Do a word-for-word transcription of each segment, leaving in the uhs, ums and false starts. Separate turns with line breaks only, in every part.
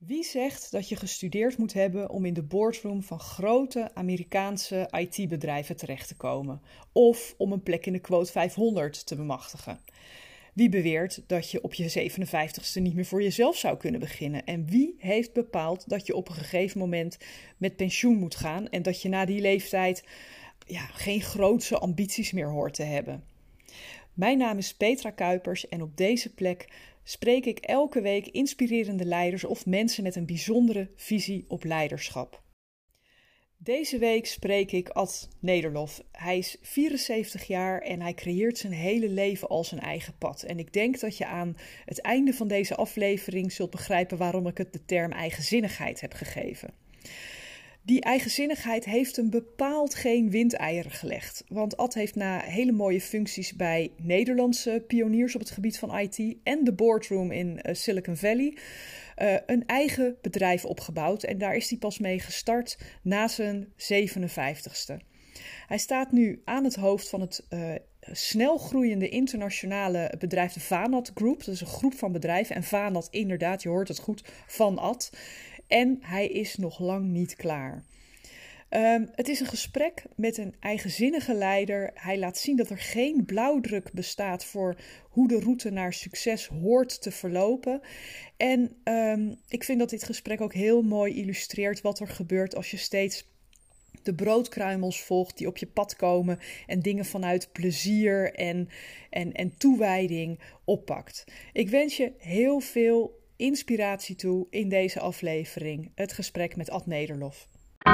Wie zegt dat je gestudeerd moet hebben om in de boardroom van grote Amerikaanse I T-bedrijven terecht te komen? Of om een plek in de quote vijfhonderd te bemachtigen? Wie beweert dat je op je zevenenvijftigste niet meer voor jezelf zou kunnen beginnen? En wie heeft bepaald dat je op een gegeven moment met pensioen moet gaan en dat je na die leeftijd ja, geen grootse ambities meer hoort te hebben? Mijn naam is Petra Kuipers en op deze plek spreek ik elke week inspirerende leiders of mensen met een bijzondere visie op leiderschap. Deze week spreek ik Ad Nederlof. Hij is vierenzeventig jaar en hij creëert zijn hele leven al zijn eigen pad. En ik denk dat je aan het einde van deze aflevering zult begrijpen waarom ik het de term eigenzinnigheid heb gegeven. Die eigenzinnigheid heeft hem bepaald geen windeieren gelegd. Want Ad heeft na hele mooie functies bij Nederlandse pioniers op het gebied van I T en de boardroom in uh, Silicon Valley uh, een eigen bedrijf opgebouwd. En daar is hij pas mee gestart na zijn zevenenvijftigste. Hij staat nu aan het hoofd van het uh, snel groeiende internationale bedrijf de Vanat Group. Dat is een groep van bedrijven. En Vanat, inderdaad, je hoort het goed, van Ad. En hij is nog lang niet klaar. Um, het is een gesprek met een eigenzinnige leider. Hij laat zien dat er geen blauwdruk bestaat voor hoe de route naar succes hoort te verlopen. En um, ik vind dat dit gesprek ook heel mooi illustreert wat er gebeurt als je steeds de broodkruimels volgt die op je pad komen en dingen vanuit plezier en, en, en toewijding oppakt. Ik wens je heel veel inspiratie toe in deze aflevering. Het gesprek met Ad Nederlof.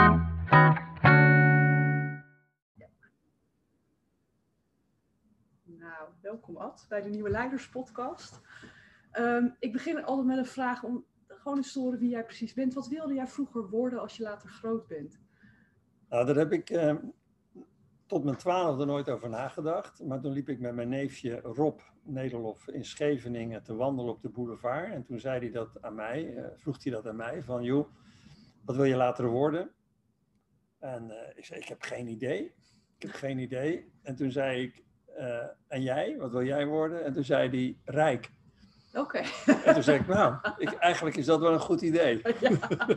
Nou, welkom Ad bij de Nieuwe Leiders podcast. Um, ik begin altijd met een vraag om gewoon eens te horen wie jij precies bent. Wat wilde jij vroeger worden als je later groot bent?
Nou, daar heb ik uh, tot mijn twaalfde nooit over nagedacht. Maar toen liep ik met mijn neefje Rob Nederlof in Scheveningen te wandelen op de boulevard. En toen zei hij dat aan mij, uh, vroeg hij dat aan mij, van joh, wat wil je later worden? En uh, ik zei, ik heb geen idee. Ik heb geen idee. En toen zei ik, uh, en jij, wat wil jij worden? En toen zei hij, rijk.
Oké. Okay.
En toen zei ik, nou, ik, eigenlijk is dat wel een goed idee. Ja.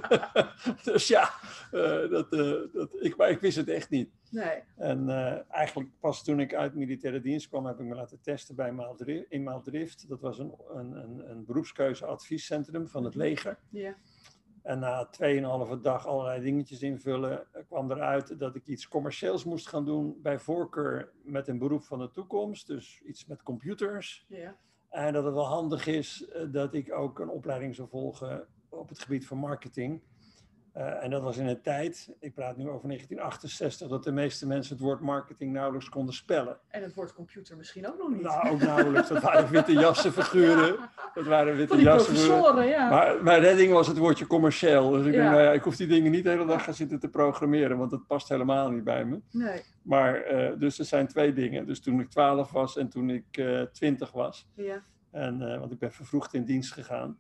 Dus ja, uh, dat, uh, dat, ik, maar ik wist het echt niet.
Nee.
En uh, eigenlijk pas toen ik uit militaire dienst kwam, heb ik me laten testen bij Maaldrift, in Maaldrift. Dat was een, een, een, een beroepskeuze-adviescentrum van het leger.
Ja.
En na tweeënhalve dag allerlei dingetjes invullen, kwam eruit dat ik iets commercieels moest gaan doen. Bij voorkeur met een beroep van de toekomst, dus iets met computers.
Ja.
En dat het wel handig is uh, dat ik ook een opleiding zou volgen op het gebied van marketing. Uh, en dat was in een tijd, ik praat nu over negentien achtenzestig, dat de meeste mensen het woord marketing nauwelijks konden spellen.
En het woord computer misschien ook nog niet.
Nou, ook nauwelijks. Dat waren witte jassenfiguren. Ja. Dat waren witte jassenfiguren.
Ja.
Maar mijn redding was het woordje commercieel. Dus ik ja. denk, nou ja, ik hoef die dingen niet de hele dag gaan zitten te programmeren, want dat past helemaal niet bij me.
Nee.
Maar, uh, dus er zijn twee dingen. Dus toen ik twaalf was en toen ik uh, twintig was.
Ja.
En, uh, want ik ben vervroegd in dienst gegaan.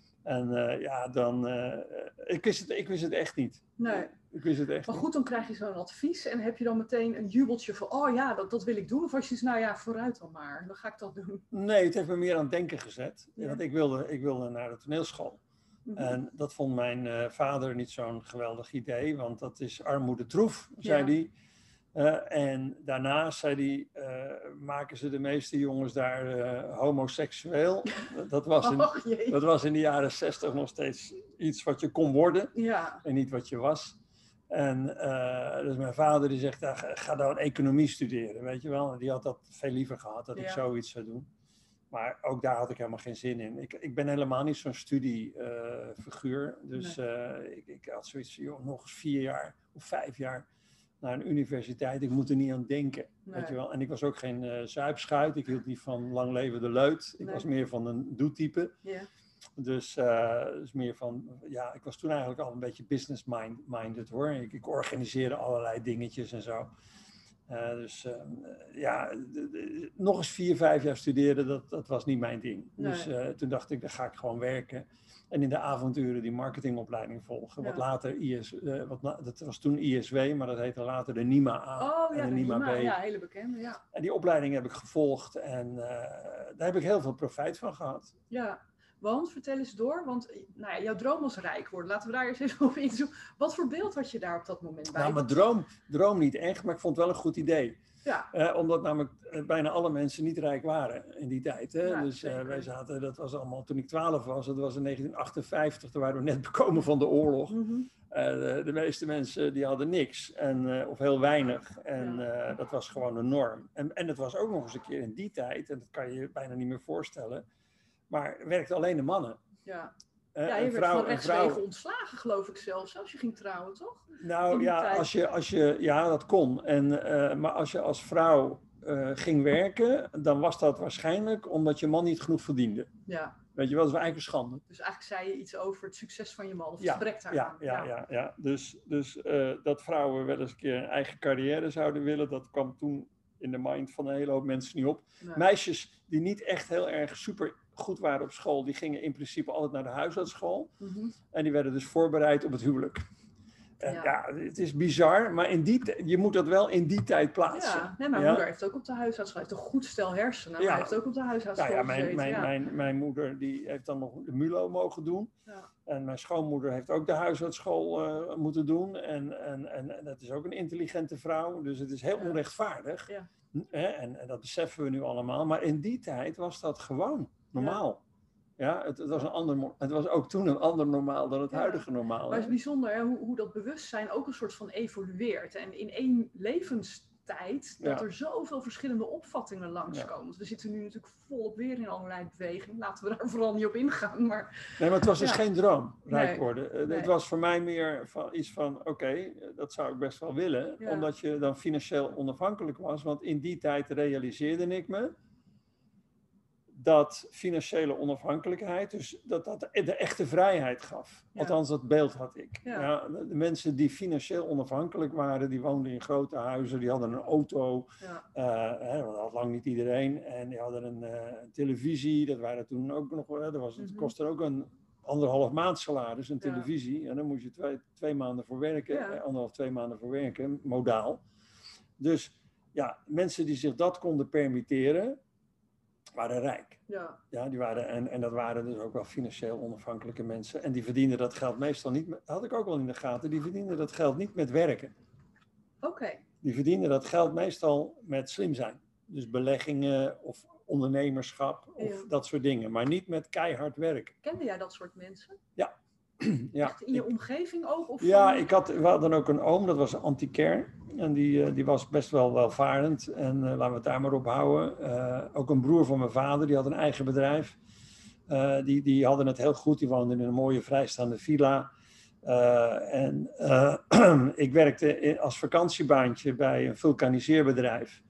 En uh, ja, dan... Uh, ik, wist het, ik wist het echt niet.
Nee.
Ik wist het echt
maar
niet.
goed, dan krijg je zo'n advies en heb je dan meteen een jubeltje van... oh ja, dat, dat wil ik doen. Of als je zegt, nou ja, vooruit dan maar. Dan ga ik dat doen.
Nee, het heeft me meer aan het denken gezet.
Ja.
Want ik wilde, ik wilde naar de toneelschool. Mm-hmm. En dat vond mijn uh, vader niet zo'n geweldig idee. Want dat is armoedetroef, zei hij. Ja. Uh, en daarnaast zei hij, uh, maken ze de meeste jongens daar uh, homoseksueel. Dat was, in,
oh,
dat was in de jaren zestig nog steeds iets wat je kon worden.
Ja.
En niet wat je was. En uh, dus mijn vader die zegt, uh, ga dan economie studeren, weet je wel. En die had dat veel liever gehad, dat ja. ik zoiets zou doen. Maar ook daar had ik helemaal geen zin in. Ik, ik ben helemaal niet zo'n studiefiguur. Uh, dus nee. uh, ik, ik had zoiets van, joh, nog eens vier jaar of vijf jaar naar een universiteit. Ik moet er niet aan denken, nee. weet je wel. En ik was ook geen uh, zuipschuit. Ik hield niet van lang leven de leut. Ik nee. was meer van een doe-type.
Ja.
Dus, uh, dus meer van, ja, ik was toen eigenlijk al een beetje business-minded hoor. Ik, ik organiseerde allerlei dingetjes en zo. Uh, dus uh, ja, de, de, nog eens vier, vijf jaar studeren, dat, dat was niet mijn ding. Nee. Dus uh, toen dacht ik, dan ga ik gewoon werken. En in de avonturen die marketingopleiding volgen. Ja. Wat later I S, uh, wat na, dat was toen I S W, maar dat heette later de NIMA A
oh, ja,
en de, de NIMA, NIMA B.
Ja, hele bekende, ja.
En die opleiding heb ik gevolgd en uh, daar heb ik heel veel profijt van gehad.
Ja, Want, vertel eens door, want nou ja, jouw droom was rijk worden. Laten we daar eens even op inzoomen. Wat voor beeld had je daar op dat moment bij?
Nou, mijn droom, droom niet echt, maar ik vond het wel een goed idee.
Ja.
Uh, omdat namelijk uh, bijna alle mensen niet rijk waren in die tijd. Hè?
Ja,
dus uh, wij zaten, dat was allemaal toen ik twaalf was, dat was in negentien achtenvijftig, toen waren we net bekomen van de oorlog.
Mm-hmm.
Uh, de, de meeste mensen die hadden niks, en, uh, of heel weinig. En uh, dat was gewoon een norm. En, en het was ook nog eens een keer in die tijd, en dat kan je je bijna niet meer voorstellen, maar werkten alleen de mannen.
Ja.
Uh,
ja, je werd
vrouw,
van rechtswege
vrouw...
ontslagen, geloof ik zelfs, als je ging trouwen, toch?
Nou ja, als je, als je, ja, dat kon. En, uh, maar als je als vrouw uh, ging werken, dan was dat waarschijnlijk omdat je man niet genoeg verdiende.
Ja.
Weet je wel, dat was eigenlijk een schande.
Dus eigenlijk zei je iets over het succes van je man, of het
ja,
gebrek daaraan.
Ja, ja, ja, ja, ja. Dus, dus uh, dat vrouwen wel eens een keer een eigen carrière zouden willen, dat kwam toen in de mind van een hele hoop mensen niet op. Nee. Meisjes die niet echt heel erg super goed waren op school, die gingen in principe altijd naar de huisartsschool. Mm-hmm. En die werden dus voorbereid op het huwelijk. En ja. ja, het is bizar, maar in die t- je moet dat wel in die tijd plaatsen.
Ja, nee, mijn ja? moeder heeft ook op de huisartsschool, heeft een goed stel hersenen, ja. maar heeft ook op de huisartsschool
ja, ja, mijn,
gezeten.
mijn,
Ja.
mijn, mijn moeder die heeft dan nog de MULO mogen doen. Ja. En mijn schoonmoeder heeft ook de huisartsschool uh, moeten doen. En, en, en, en dat is ook een intelligente vrouw, dus het is heel ja. onrechtvaardig. Ja. En, en dat beseffen we nu allemaal, maar in die tijd was dat gewoon normaal. Ja. Ja, het, het, was een ander, het was ook toen een ander normaal dan het ja. huidige normaal.
Maar het is bijzonder hè, hoe, hoe dat bewustzijn ook een soort van evolueert. En in één levenstijd dat ja. er zoveel verschillende opvattingen langskomen. Ja. We zitten nu natuurlijk volop weer in allerlei bewegingen. Laten we daar vooral niet op ingaan. Maar,
nee, maar het was dus ja. geen droom, rijk
nee.
worden.
Nee.
Het was voor mij meer van, iets van, oké, okay, dat zou ik best wel willen. Ja. Omdat je dan financieel onafhankelijk was. Want in die tijd realiseerde ik me dat financiële onafhankelijkheid, dus dat dat de echte vrijheid gaf. Ja. Althans, dat beeld had ik. Ja. Ja, de mensen die financieel onafhankelijk waren, die woonden in grote huizen, die hadden een auto, ja. uh, hè, dat had lang niet iedereen, en die hadden een, uh, een televisie, dat waren toen ook nog, hè, dat was, het mm-hmm. kostte ook een anderhalf maand salaris, een televisie, ja. en dan moest je twee, twee maanden voor werken, ja. eh, anderhalf, twee maanden voor werken, modaal. Dus ja, mensen die zich dat konden permitteren, waren rijk. Ja. Ja, die waren, en, en dat waren dus ook wel financieel onafhankelijke mensen. En die verdienden dat geld meestal niet, dat had ik ook wel in de gaten, die verdienden dat geld niet met werken.
Oké. Okay.
Die verdienden dat geld meestal met slim zijn. Dus beleggingen of ondernemerschap of ja. dat soort dingen. Maar niet met keihard werken.
Kende jij dat soort mensen?
Ja. ja.
Echt in je ik, omgeving ook? Of
ja, ik had, we hadden ook een oom, dat was antiquair. En die, die was best wel welvarend. En uh, laten we het daar maar op houden. Uh, ook een broer van mijn vader, die had een eigen bedrijf. Uh, die, die hadden het heel goed. Die woonden in een mooie vrijstaande villa. Uh, en uh, ik werkte in, als vakantiebaantje bij een vulkaniseerbedrijf.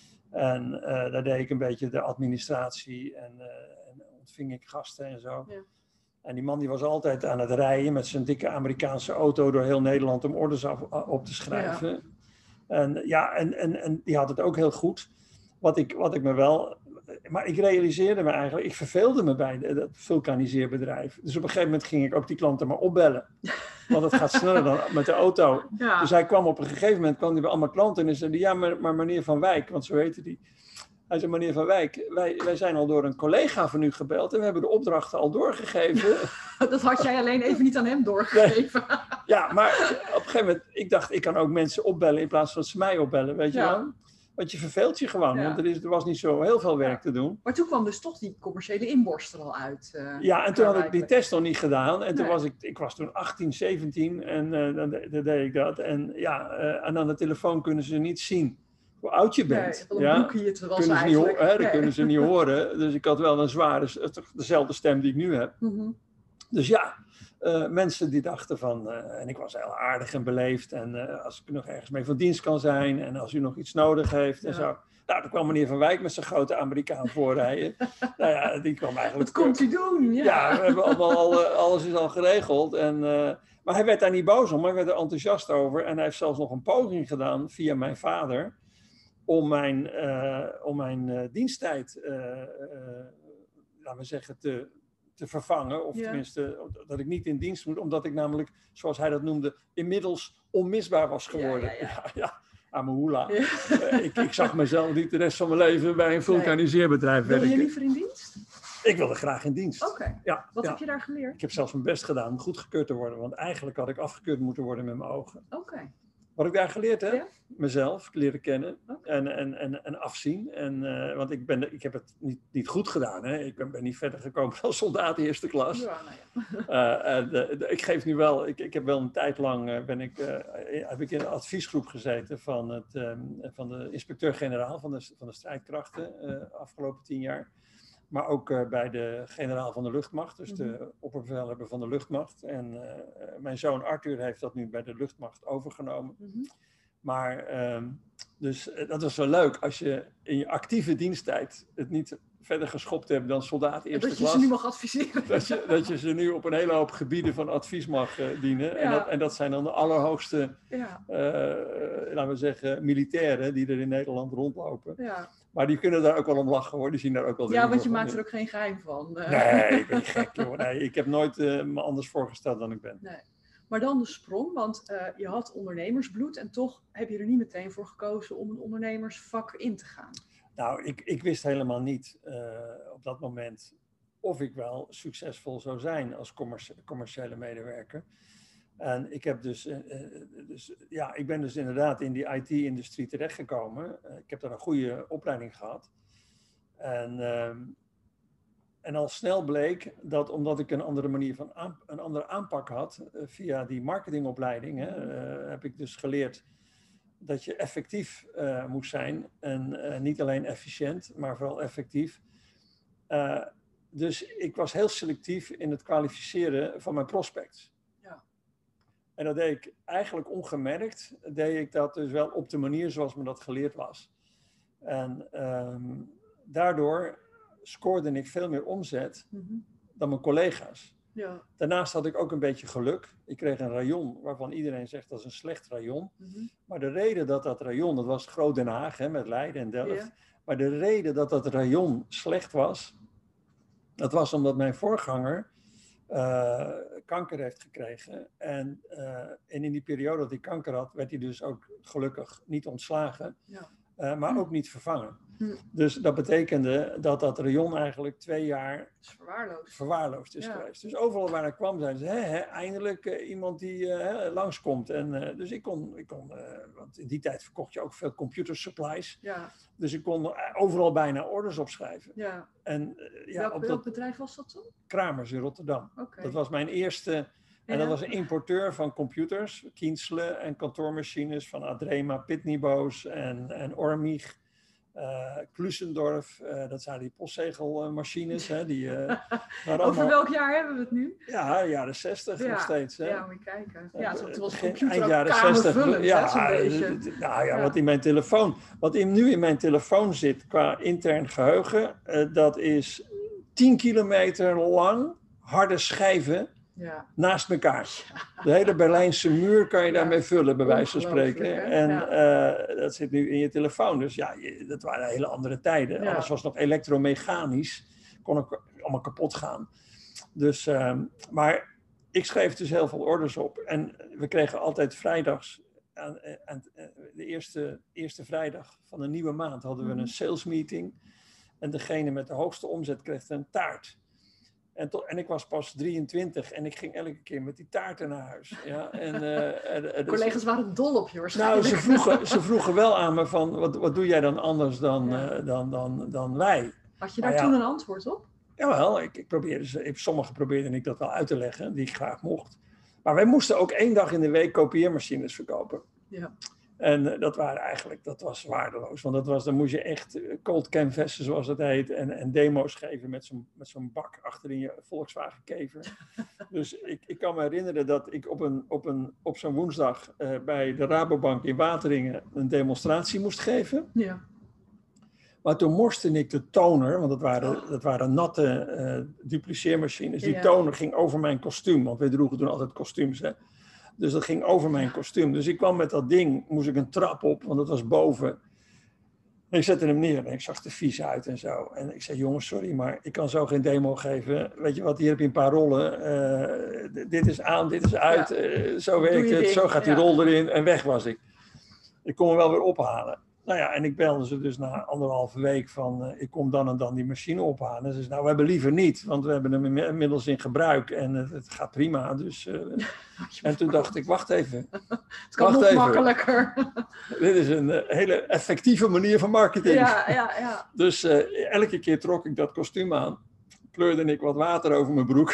En uh, daar deed ik een beetje de administratie. En, uh, en ontving ik gasten en zo. Ja. En die man die was altijd aan het rijden met zijn dikke Amerikaanse auto door heel Nederland om orders af, op te schrijven. Ja. En ja, en, en, en die had het ook heel goed. Wat ik, wat ik me wel... Maar ik realiseerde me eigenlijk... Ik verveelde me bij de, dat vulkaniseerbedrijf. Dus op een gegeven moment ging ik ook die klanten maar opbellen. Want het gaat sneller dan met de auto. Ja. Dus hij kwam op een gegeven moment... kwam hij bij allemaal klanten en hij zei... Ja, maar, maar meneer Van Wijk, want zo heette die... Hij zei, meneer Van Wijk, wij, wij zijn al door een collega van u gebeld en we hebben de opdrachten al doorgegeven.
Dat had jij alleen even niet aan hem doorgegeven.
Nee. Ja, maar op een gegeven moment, ik dacht, ik kan ook mensen opbellen in plaats van dat ze mij opbellen, weet je ja. wel. Want je verveelt je gewoon, ja. want er, is, er was niet zo heel veel werk ja. te doen.
Maar toen kwam dus toch die commerciële inborst er al uit. Uh,
ja, en toen had ik die test nog niet gedaan. En toen nee. was ik, ik was toen achttien, zeventien en uh, dan, dan deed ik dat. En ja, uh, en aan de telefoon kunnen ze niet zien hoe oud je bent.
Nee,
ja,
je het was
kunnen ze niet, ho- hè, dat
nee.
kunnen ze niet horen. Dus ik had wel een zware, dezelfde stem die ik nu heb. Mm-hmm. Dus ja, uh, mensen die dachten van, uh, en ik was heel aardig en beleefd. En uh, als ik nog ergens mee van dienst kan zijn. En als u nog iets nodig heeft en ja. zo. Nou, toen kwam meneer Van Wijk met zijn grote Amerikaan voorrijden. Nou ja, die kwam eigenlijk...
Wat komt u doen? Ja,
ja we hebben allemaal al, alles is al geregeld. En, uh, maar hij werd daar niet boos om, hij werd er enthousiast over. En hij heeft zelfs nog een poging gedaan via mijn vader... om mijn, uh, om mijn uh, diensttijd, uh, uh, laten we zeggen, te, te vervangen. Of ja. tenminste, dat ik niet in dienst moet. Omdat ik namelijk, zoals hij dat noemde, inmiddels onmisbaar was geworden. Ja, ja, ja. ja, ja. Amoula. Ja. Uh, ik, ik zag mezelf niet de rest van mijn leven bij een vulkaniseerbedrijf
nee.
werken.
Wil je liever in dienst?
Ik wilde graag in dienst.
Oké. Okay.
Ja,
Wat
ja.
heb je daar geleerd?
Ik heb zelfs mijn best gedaan om goedgekeurd te worden. Want eigenlijk had ik afgekeurd moeten worden met mijn ogen.
Oké. Okay.
Wat ik daar geleerd heb,
ja?
mezelf leren kennen okay. en, en, en, en afzien. En, uh, want ik, ben, ik heb het niet, niet goed gedaan. Hè? Ik ben, ben niet verder gekomen als soldaat eerste klas. Ja, nou ja. uh, en, de, de, ik geef nu wel, ik, ik heb wel een tijd lang uh, ben ik, uh, heb ik in de adviesgroep gezeten van, het, um, van de inspecteur-generaal van de, van de strijdkrachten uh, afgelopen tien jaar. Maar ook uh, bij de generaal van de luchtmacht, dus mm-hmm. de opperbevelhebber van de luchtmacht. En uh, mijn zoon Arthur heeft dat nu bij de luchtmacht overgenomen. Mm-hmm. Maar um, dus uh, dat was wel leuk als je in je actieve diensttijd het niet verder geschopt hebt dan soldaat eerste klas.
Dat je ze nu mag adviseren.
Dat je, dat je ze nu op een hele hoop gebieden van advies mag uh, dienen. Ja. En, dat, en dat zijn dan de allerhoogste, ja. uh, laten we zeggen, militairen die er in Nederland rondlopen. Ja. Maar die kunnen daar ook wel om lachen hoor, die zien daar ook wel.
Ja, want je maakt er ook geen geheim van.
Nee, ik ben niet gek joh. Nee, ik heb nooit uh, me anders voorgesteld dan ik ben.
Nee. Maar dan de sprong, want uh, je had ondernemersbloed en toch heb je er niet meteen voor gekozen om een ondernemersvak in te gaan.
Nou, ik, ik wist helemaal niet uh, op dat moment of ik wel succesvol zou zijn als commerci- commerciële medewerker. En ik heb dus, uh, dus, ja, ik ben dus inderdaad in die I T-industrie terechtgekomen. Uh, ik heb daar een goede opleiding gehad. En, uh, en al snel bleek dat omdat ik een andere manier van aan, een andere aanpak had, uh, via die marketingopleiding, hè, uh, heb ik dus geleerd dat je effectief uh, moet zijn. En uh, niet alleen efficiënt, maar vooral effectief. Uh, dus ik was heel selectief in het kwalificeren van mijn prospects. Ja. En dat deed ik eigenlijk ongemerkt. Deed ik dat dus wel op de manier zoals me dat geleerd was. En um, daardoor scoorde ik veel meer omzet mm-hmm. dan mijn collega's. Ja. Daarnaast had ik ook een beetje geluk. Ik kreeg een rayon waarvan iedereen zegt dat is een slecht rayon. Mm-hmm. Maar de reden dat dat rayon, dat was Groot Den Haag hè, met Leiden en Delft. Ja. Maar de reden dat dat rayon slecht was, dat was omdat mijn voorganger uh, kanker heeft gekregen. En, uh, en in die periode dat hij kanker had, werd hij dus ook gelukkig niet ontslagen. Ja. Uh, maar hm. ook niet vervangen. Hm. Dus dat betekende dat dat rayon eigenlijk twee jaar
is verwaarloosd.
verwaarloosd is ja. geweest. Dus overal waar ik kwam zeiden ze, hè, hè, eindelijk uh, iemand die uh, langskomt. En, uh, dus ik kon, ik kon uh, want in die tijd verkocht je ook veel computer supplies. Ja. Dus ik kon overal bijna orders opschrijven. Ja. En, uh, ja,
welk,
op
welk
dat,
bedrijf was dat toen?
Kramers in Rotterdam. Okay. Dat was mijn eerste... En ja. dat was een importeur van computers, Kienzle en kantoormachines van Adrema, Pitney-Bowes en, en Ormig. Uh, Klusendorf, uh, dat zijn die postzegelmachines. Hè, die, uh,
Over allemaal... welk jaar hebben we het nu?
Ja, jaren zestig ja. nog steeds. Hè.
Ja, moet je kijken. Ja, het was
uh,
computer
eind jaren zestig. Ja,
zo'n beetje.
Uh, nou ja, ja, wat in mijn telefoon, wat in, nu in mijn telefoon zit qua intern geheugen, uh, dat is tien kilometer lang harde schijven. Ja. Naast elkaar. Ja. De hele Berlijnse muur kan je ja. daarmee vullen, bij wijze van spreken. Hè? En ja. uh, dat zit nu in je telefoon. Dus ja, je, dat waren hele andere tijden. Ja. Alles was nog elektromechanisch. Kon ook allemaal kapot gaan. Dus, uh, maar ik schreef dus heel veel orders op. En we kregen altijd vrijdags, aan, aan de eerste, eerste vrijdag van een nieuwe maand, hadden we mm-hmm. een sales meeting. En degene met de hoogste omzet kreeg een taart. En, to- en ik was pas drieëntwintig en ik ging elke keer met die taarten naar huis. Ja, en, uh, en, en,
collega's dus, waren dol op je waarschijnlijk.
Nou, ze vroegen, ze vroegen wel aan me van, wat, wat doe jij dan anders dan, ja. uh, dan, dan, dan wij?
Had je daar maar toen ja, een antwoord op?
Jawel, ik, ik probeerde ze, ik, sommigen probeerde ik dat wel uit te leggen, die ik graag mocht. Maar wij moesten ook één dag in de week kopieermachines verkopen. Ja. En uh, dat waren eigenlijk, dat was waardeloos. Want dat was, dan moest je echt uh, cold canvassen, zoals dat heet, en, en demo's geven met zo'n, met zo'n bak achterin je Volkswagen Kever. Dus ik, ik kan me herinneren dat ik op, een, op, een, op zo'n woensdag uh, bij de Rabobank in Wateringen een demonstratie moest geven. Ja. Maar toen morste ik de toner, want dat waren, oh. dat waren natte uh, dupliceermachines. Die ja. toner ging over mijn kostuum, want wij droegen toen altijd kostuums, hè. Dus dat ging over mijn kostuum. Dus ik kwam met dat ding, moest ik een trap op, want dat was boven. En ik zette hem neer en ik zag er vies uit en zo. En ik zei, jongens, sorry, maar ik kan zo geen demo geven. Weet je wat, hier heb je een paar rollen. Uh, d- dit is aan, dit is uit. Ja. Uh, zo werkt het, ding. Zo gaat die ja. rol erin en weg was ik. Ik kon hem wel weer ophalen. Nou ja, en ik belde ze dus na anderhalve week van, uh, ik kom dan en dan die machine ophalen. En ze zei, nou, we hebben liever niet, want we hebben hem inmiddels in gebruik en uh, het gaat prima. Dus, uh, en toen dacht ik, wacht even.
Het kan
wacht
nog
even.
makkelijker.
Dit is een uh, hele effectieve manier van marketing.
Ja, ja, ja.
Dus uh, elke keer trok ik dat kostuum aan. Pleurde ik wat water over mijn broek.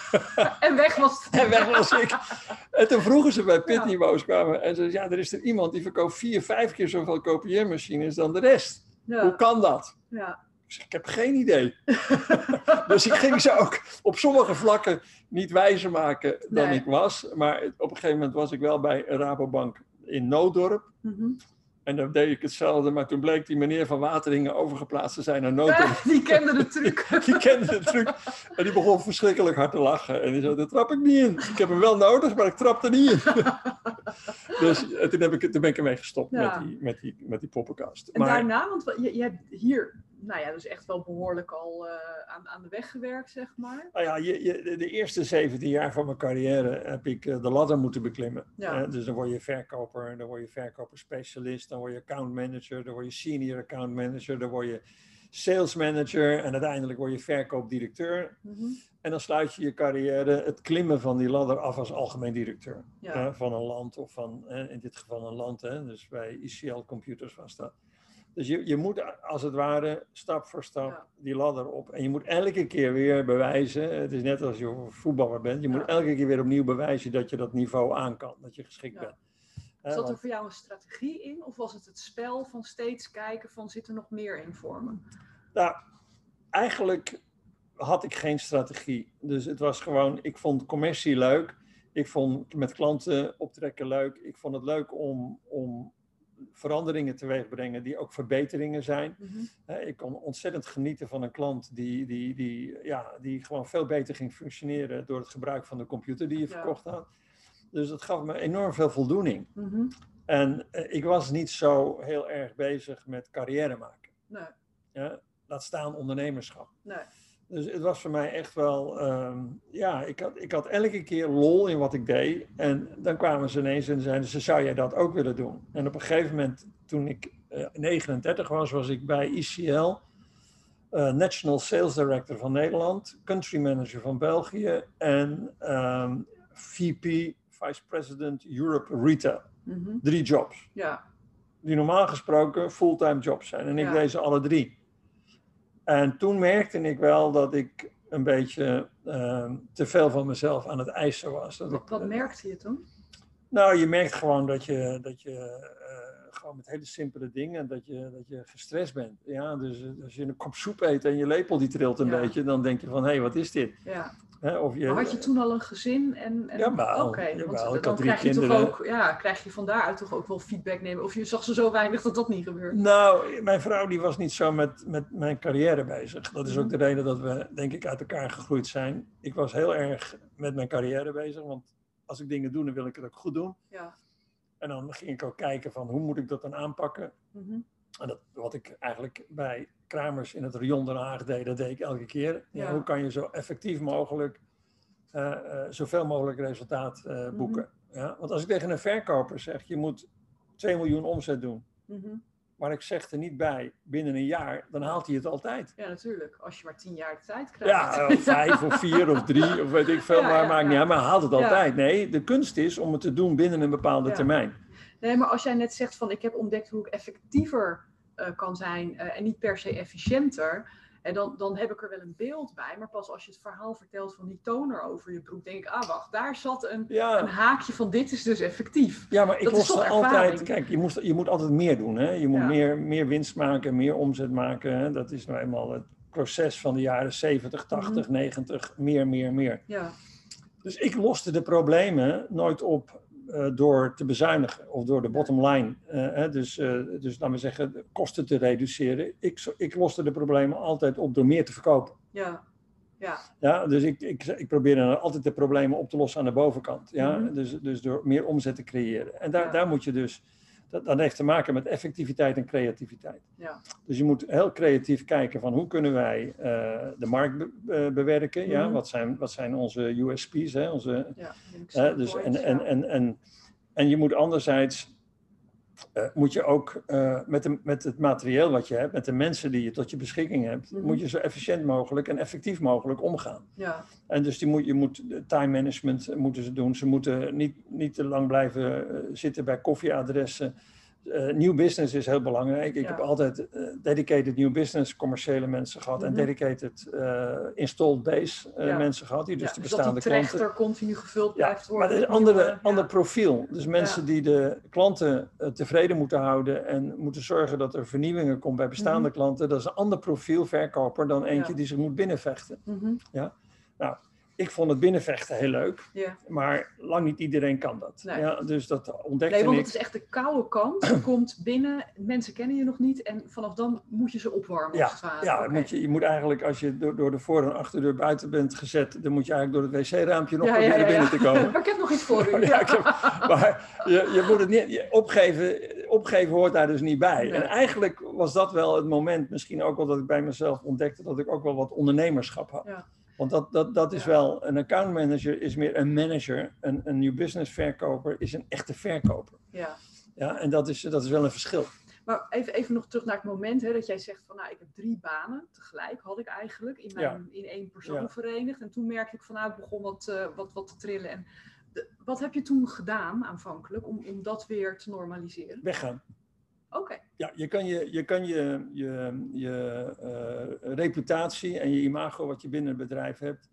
En weg was het.
En weg was ik. En toen vroegen ze bij Pitniveaus kwamen. En ze zeiden, ja, er is er iemand die verkoopt vier, vijf keer zoveel kopieermachines dan de rest. Ja. Hoe kan dat?
Ja.
Ik zeg, ik heb geen idee. Dus ik ging ze ook op sommige vlakken niet wijzer maken dan nee. ik was. Maar op een gegeven moment was ik wel bij Rabobank in Nooddorp. Mm-hmm. En dan deed ik hetzelfde, maar toen bleek die meneer van Wateringen overgeplaatst te zijn naar Nooddorp.
Ja, die kende de truc.
die kende de truc. En die begon verschrikkelijk hard te lachen. En die zei, daar trap ik niet in. Ik heb hem wel nodig, maar ik trap er niet in. Dus toen, heb ik, toen ben ik ermee gestopt ja. met, die, met, die, met die poppenkast.
En maar, daarna, want je, je hebt hier, nou ja, dus echt wel behoorlijk al uh, aan, aan de weg gewerkt, zeg maar.
Nou ja, je, je, de eerste zeventien jaar van mijn carrière heb ik uh, de ladder moeten beklimmen. Ja. Uh, dus dan word je verkoper, dan word je verkoperspecialist, dan word je account manager, dan word je senior account manager, dan word je sales manager en uiteindelijk word je verkoopdirecteur. Mm-hmm. En dan sluit je je carrière, het klimmen van die ladder af als algemeen directeur. Ja. Uh, van een land of van, uh, in dit geval een land, hè, dus bij I C L Computers was dat. Dus je, je moet als het ware stap voor stap ja. die ladder op. En je moet elke keer weer bewijzen, het is net als je voetballer bent, je ja. moet elke keer weer opnieuw bewijzen dat je dat niveau aan kan, dat je geschikt ja. bent.
Zat er want... voor jou een strategie in? Of was het het spel van steeds kijken van zit er nog meer in voor me?
Nou, eigenlijk had ik geen strategie. Dus het was gewoon, ik vond commercie leuk. Ik vond met klanten optrekken leuk. Ik vond het leuk om, om veranderingen teweeg te brengen die ook verbeteringen zijn. Mm-hmm. Uh, ik kon ontzettend genieten van een klant die, die, die, ja, die gewoon veel beter ging functioneren door het gebruik van de computer die je ja. verkocht had. Dus dat gaf me enorm veel voldoening. Mm-hmm. En uh, ik was niet zo heel erg bezig met carrière maken.
Nee.
Ja, laat staan ondernemerschap.
Nee.
Dus het was voor mij echt wel, um, ja, ik had, ik had elke keer lol in wat ik deed. En dan kwamen ze ineens en zeiden ze, zou jij dat ook willen doen? En op een gegeven moment, toen ik uh, negenendertig was, was ik bij I C L, uh, National Sales Director van Nederland, Country Manager van België en um, V P, Vice President Europe Retail. Mm-hmm. Drie jobs.
Ja.
Die normaal gesproken fulltime jobs zijn. En ik ja. deed ze alle drie. En toen merkte ik wel dat ik een beetje uh, te veel van mezelf aan het eisen was. Dat
wat
ik,
wat uh, merkte je toen?
Nou, je merkt gewoon dat je, dat je uh, gewoon met hele simpele dingen, dat je, dat je gestrest bent. Ja, dus uh, als je een kop soep eet en je lepel die trilt een ja. beetje, dan denk je van, hé, hey, wat is dit?
Ja.
He, of je,
maar had je toen al een gezin? En, en...
Ja, maar
Oké, okay,
want
dan
ik had drie
krijg je
kinderen.
toch ook, ja, krijg je van daaruit toch ook wel feedback nemen? Of je zag ze zo weinig dat dat niet gebeurt?
Nou, mijn vrouw die was niet zo met, met mijn carrière bezig. Dat is mm-hmm. ook de reden dat we, denk ik, uit elkaar gegroeid zijn. Ik was heel erg met mijn carrière bezig, want als ik dingen doe, dan wil ik het ook goed doen.
Ja.
En dan ging ik ook kijken van, hoe moet ik dat dan aanpakken?
Mm-hmm.
En dat, wat ik eigenlijk bij Kramers in het Rion Den Haag deed, dat deed ik elke keer. Ja. Ja, hoe kan je zo effectief mogelijk Uh, uh, zoveel mogelijk resultaat uh, boeken. Mm-hmm. Ja? Want als ik tegen een verkoper zeg, je moet twee miljoen omzet doen. Mm-hmm. Maar ik zeg er niet bij, binnen een jaar, dan haalt hij het altijd.
Ja, natuurlijk. Als je maar tien jaar de tijd krijgt.
Ja, of vijf of vier of drie, of weet ik veel, ja, maar ja, maakt ja. niet uit. Maar hij haalt het altijd. Ja. Nee, de kunst is om het te doen binnen een bepaalde ja. termijn.
Nee, maar als jij net zegt van, ik heb ontdekt hoe ik effectiever uh, kan zijn uh, en niet per se efficiënter. En dan, dan heb ik er wel een beeld bij. Maar pas als je het verhaal vertelt van die toner over je broek, denk ik, ah wacht, daar zat een, ja. een haakje van dit is dus effectief.
Ja, maar ik loste altijd, kijk, je, moest, je moet altijd meer doen. Hè? Je moet ja. meer, meer winst maken, meer omzet maken. Hè? Dat is nou eenmaal het proces van de jaren zeventig, tachtig, mm-hmm. negentig. Meer, meer, meer.
Ja.
Dus ik loste de problemen nooit op uh, door te bezuinigen of door de bottom line. Uh, hè? Dus, uh, dus laten we zeggen, de kosten te reduceren. Ik, ik loste de problemen altijd op door meer te verkopen.
Ja. Ja.
Ja, dus ik, ik, ik probeer altijd de problemen op te lossen aan de bovenkant. Ja? Mm-hmm. Dus, dus door meer omzet te creëren. En daar, ja. daar moet je dus, dat, dat heeft te maken met effectiviteit en creativiteit.
Ja.
Dus je moet heel creatief kijken van hoe kunnen wij uh, de markt be, uh, bewerken. Mm-hmm. Ja? Wat, zijn, wat zijn onze U S P's? Hè? Onze,
ja,
uh, dus, en, en, en, en, en je moet anderzijds uh, moet je ook uh, met, de, met het materieel wat je hebt, met de mensen die je tot je beschikking hebt, mm-hmm. moet je zo efficiënt mogelijk en effectief mogelijk omgaan.
Ja.
En dus die moet, je moet time management moeten ze doen. Ze moeten niet, niet te lang blijven uh, zitten bij koffieadressen. Uh, nieuw business is heel belangrijk. Ik ja. heb altijd uh, dedicated new business commerciële mensen gehad mm-hmm. en dedicated uh, installed base uh, ja. mensen gehad. Die dus ja, de bestaande
dus dat die trechter
klanten
continu gevuld blijft
ja,
worden.
Maar dat is een andere, ja. ander profiel. Dus mensen ja. die de klanten uh, tevreden moeten houden en moeten zorgen dat er vernieuwingen komt bij bestaande mm-hmm. klanten. Dat is een ander profiel verkoper dan eentje ja. die zich moet binnenvechten. Mm-hmm. Ja? Nou, ik vond het binnenvechten heel leuk, ja. maar lang niet iedereen kan dat. Nee. Ja, dus dat ontdekte
Nee, want
ik.
het is echt de koude kant. Je komt binnen, mensen kennen je nog niet en vanaf dan moet je ze opwarmen.
Ja,
als het ware.
ja
okay.
moet je, je moet eigenlijk, als je door, door de voor- en achterdeur buiten bent gezet, dan moet je eigenlijk door het wc-raampje nog ja, proberen ja, ja, ja. binnen te komen.
Maar ik heb nog iets voor u.
ja, ik heb, maar je, je moet het niet, je opgeven, opgeven hoort daar dus niet bij. Nee. En eigenlijk was dat wel het moment, misschien ook wel dat ik bij mezelf ontdekte, dat ik ook wel wat ondernemerschap had. Ja. Want dat, dat, dat is ja. wel, een account manager is meer een manager. Een, een new business verkoper is een echte verkoper.
Ja.
Ja, en dat is, dat is wel een verschil.
Maar even, even nog terug naar het moment hè, dat jij zegt van nou, ik heb drie banen tegelijk, had ik eigenlijk in, mijn, ja. in één persoon ja. verenigd. En toen merkte ik van nou, ik begon wat, uh, wat, wat te trillen. En de, wat heb je toen gedaan aanvankelijk om, om dat weer te normaliseren?
Weggaan.
Oké. Okay.
Ja, je kan je, je, kan je, je, je uh, reputatie en je imago wat je binnen het bedrijf hebt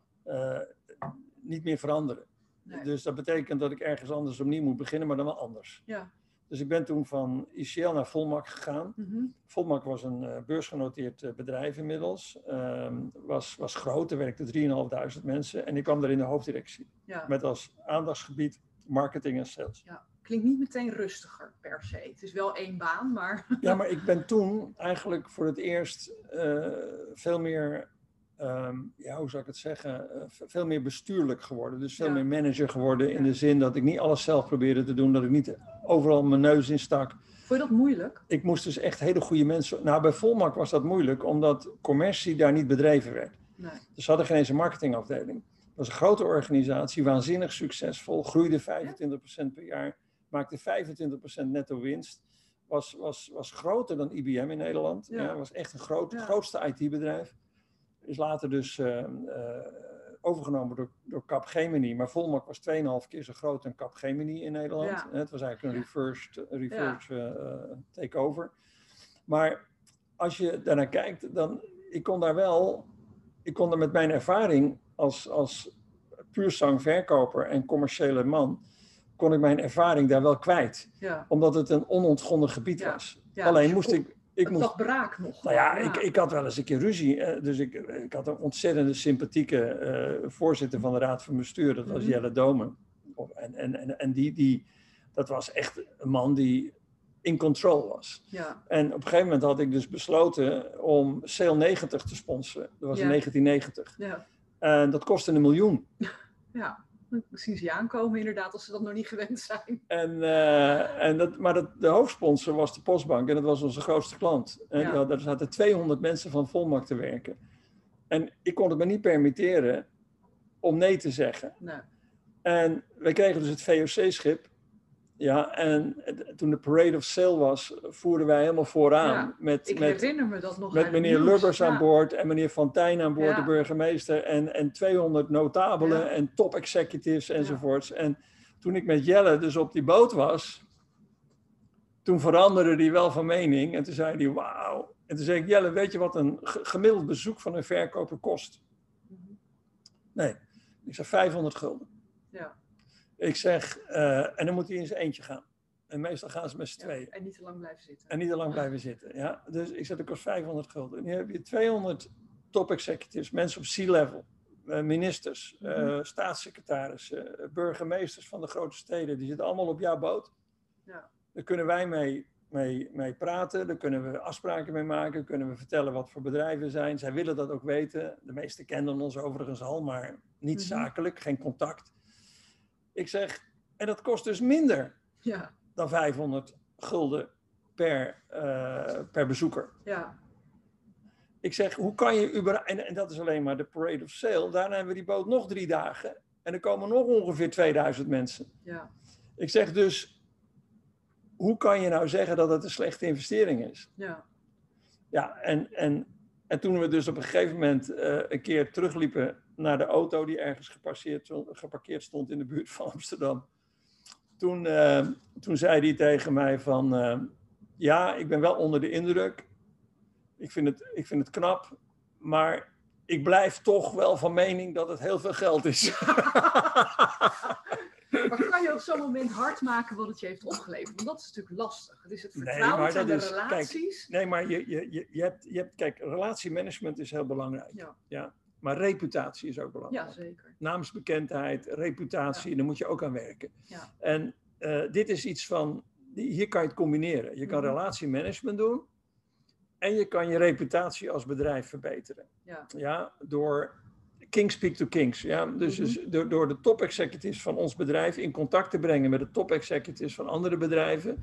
uh, niet meer veranderen. Nee. Dus dat betekent dat ik ergens anders opnieuw moet beginnen, maar dan wel anders. Ja. Dus ik ben toen van I C L naar Volmac gegaan. Mm-hmm. Volmac was een uh, beursgenoteerd uh, bedrijf inmiddels. Um, was, was groot, er werkten drieduizend mensen en ik kwam daar in de hoofddirectie. Ja. Met als aandachtsgebied marketing en sales.
Ja. Klinkt niet meteen rustiger per se. Het is wel één baan, maar...
Ja, maar ik ben toen eigenlijk voor het eerst uh, veel meer, um, ja, hoe zou ik het zeggen, uh, veel meer bestuurlijk geworden. Dus veel ja. meer manager geworden in ja. de zin dat ik niet alles zelf probeerde te doen, dat ik niet overal mijn neus in stak.
Vond je dat moeilijk?
Ik moest dus echt hele goede mensen... Nou, bij Volmac was dat moeilijk, omdat commercie daar niet bedreven werd. Nee. Dus ze hadden geen eens een marketingafdeling. Het was een grote organisatie, waanzinnig succesvol, groeide vijfentwintig procent per jaar. Maakte vijfentwintig procent netto winst. Was, was, was groter dan I B M in Nederland. Ja. Ja, was echt een groot, ja. grootste I T-bedrijf. Is later dus uh, uh, overgenomen door, door Capgemini. Maar Volmac was twee en een half keer zo groot dan Capgemini in Nederland. Ja. Het was eigenlijk een reversed, reverse ja. uh, takeover. Maar als je daarnaar kijkt, dan... Ik kon daar wel... Ik kon daar met mijn ervaring als, als puur zangverkoper en commerciële man... kon ik mijn ervaring daar wel kwijt. Ja. Omdat het een onontgonnen gebied ja. was. Ja, Alleen dus moest ik... ik moest,
dat braak nog.
Nou ja, ja. Ik, ik had wel eens een keer ruzie. Dus ik, ik had een ontzettende sympathieke uh, voorzitter van de Raad van Bestuur. Dat was mm-hmm. Jelle Domen. En, en, en, en die, die, dat was echt een man die in control was. Ja. En op een gegeven moment had ik dus besloten om Sail negentig te sponsoren. Dat was ja. in negentien negentig. Ja. En dat kostte een miljoen.
Ja. Dan zien ze je aankomen inderdaad, als ze dat nog niet gewend zijn.
En, uh, en dat, maar dat, de hoofdsponsor was de Postbank en dat was onze grootste klant. En ja. daar zaten tweehonderd mensen van Volmac te werken. En ik kon het me niet permitteren om nee te zeggen. Nee. En wij kregen dus het V O C-schip. Ja, en toen de Parade of Sail was, voerden wij helemaal vooraan. Ja, met,
ik
met,
herinner me dat nog.
Met meneer Lubbers ja. aan boord en meneer Fontijn aan boord, ja. de burgemeester. En, en tweehonderd notabelen ja. en top executives enzovoorts. Ja. En toen ik met Jelle dus op die boot was, toen veranderde hij wel van mening. En toen zei hij, wauw. En toen zei ik, Jelle, weet je wat een gemiddeld bezoek van een verkoper kost? Nee, ik zei vijfhonderd gulden. Ja. Ik zeg, uh, en dan moet hij in zijn eentje gaan. En meestal gaan ze met z'n ja, tweeën.
En niet te lang blijven zitten.
En niet te lang blijven zitten, ja. Dus ik zeg, dat kost vijfhonderd gulden. En nu heb je tweehonderd top executives, mensen op C-level, uh, ministers, uh, mm-hmm. staatssecretarissen, uh, burgemeesters van de grote steden. Die zitten allemaal op jouw boot. Ja. Daar kunnen wij mee, mee, mee praten, daar kunnen we afspraken mee maken, kunnen we vertellen wat voor bedrijven zijn. Zij willen dat ook weten. De meesten kennen ons overigens al, maar niet mm-hmm. zakelijk, geen contact. Ik zeg, en dat kost dus minder ja. dan vijfhonderd gulden per, uh, per bezoeker. Ja. Ik zeg, hoe kan je überhaupt... En, en dat is alleen maar de Parade of Sail. Daarna hebben we die boot nog drie dagen. En er komen nog ongeveer tweeduizend mensen. Ja. Ik zeg dus, hoe kan je nou zeggen dat het een slechte investering is?
Ja.
Ja, en, en, en toen we dus op een gegeven moment uh, een keer terugliepen naar de auto die ergens geparkeerd, geparkeerd stond in de buurt van Amsterdam. Toen, uh, toen zei hij tegen mij van, uh, ja, ik ben wel onder de indruk. Ik vind het, ik vind het knap, maar ik blijf toch wel van mening dat het heel veel geld is.
Maar kan je op zo'n moment hard maken wat het je heeft opgeleverd? Want dat is natuurlijk lastig. Het is het vertrouwen
nee,
en de
is,
relaties.
Kijk, nee, maar je, je, je, je, hebt, je hebt... Kijk, relatiemanagement is heel belangrijk.
Ja.
Ja. Maar reputatie is ook belangrijk.
Ja, zeker.
Naamsbekendheid, reputatie, ja. Daar moet je ook aan werken.
Ja.
En uh, dit is iets van... Hier kan je het combineren. Je kan mm-hmm. relatiemanagement doen. En je kan je reputatie als bedrijf verbeteren. Ja. Ja, door... Kings speak to kings. Ja? Dus, mm-hmm. dus door, door de top executives van ons bedrijf in contact te brengen met de top executives van andere bedrijven,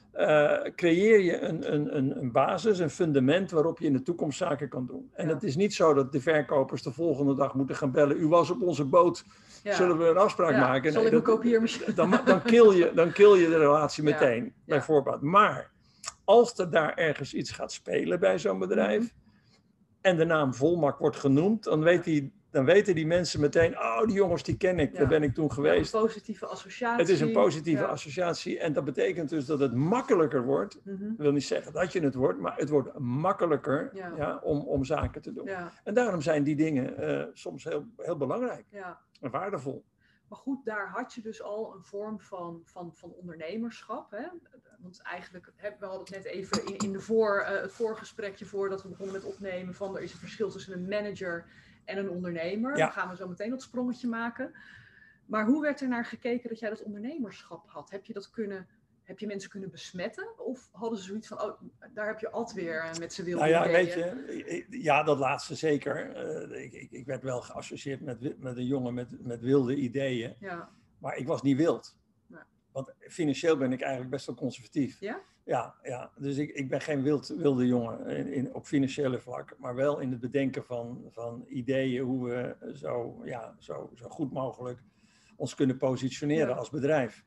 uh, creëer je een, een, een, een basis, een fundament waarop je in de toekomst zaken kan doen. En ja. Het is niet zo dat de verkopers de volgende dag moeten gaan bellen. U was op onze boot, ja. Zullen we een afspraak ja. maken?
Zal nee, ik dat, een kopieermachine?
Dan, dan, kill je, dan kill je de relatie meteen,
ja.
bij ja. voorbaat. Maar als er daar ergens iets gaat spelen bij zo'n bedrijf, mm-hmm. en de naam Volmac wordt genoemd, dan weet die Dan weten die mensen meteen, oh, die jongens die ken ik, ja. Daar ben ik toen geweest.
Ja, een positieve associatie.
Het is een positieve ja. associatie en dat betekent dus dat het makkelijker wordt. Mm-hmm. Ik wil niet zeggen dat je het wordt, maar het wordt makkelijker ja. Ja, om, om zaken te doen. Ja. En daarom zijn die dingen uh, soms heel, heel belangrijk ja. en waardevol.
Maar goed, daar had je dus al een vorm van, van, van ondernemerschap. Hè? Want eigenlijk, we hadden het net even in, in de voor, uh, het voorgesprekje voordat we begonnen met opnemen van er is een verschil tussen een manager en een ondernemer. Ja. Dan gaan we zo meteen dat sprongetje maken. Maar hoe werd er naar gekeken dat jij dat ondernemerschap had? Heb je dat kunnen, heb je mensen kunnen besmetten? Of hadden ze zoiets van, oh, daar heb je Ad weer met zijn wilde
nou ja,
ideeën?
Weet je, ja, dat laatste zeker. Uh, ik, ik, ik werd wel geassocieerd met, met een jongen met, met wilde ideeën. Ja. Maar ik was niet wild. Ja. Want financieel ben ik eigenlijk best wel conservatief. Ja? Ja, ja. Dus ik, ik ben geen wild, wilde jongen in, in, op financiële vlak, maar wel in het bedenken van, van ideeën hoe we zo, ja, zo, zo goed mogelijk ons kunnen positioneren ja. als bedrijf.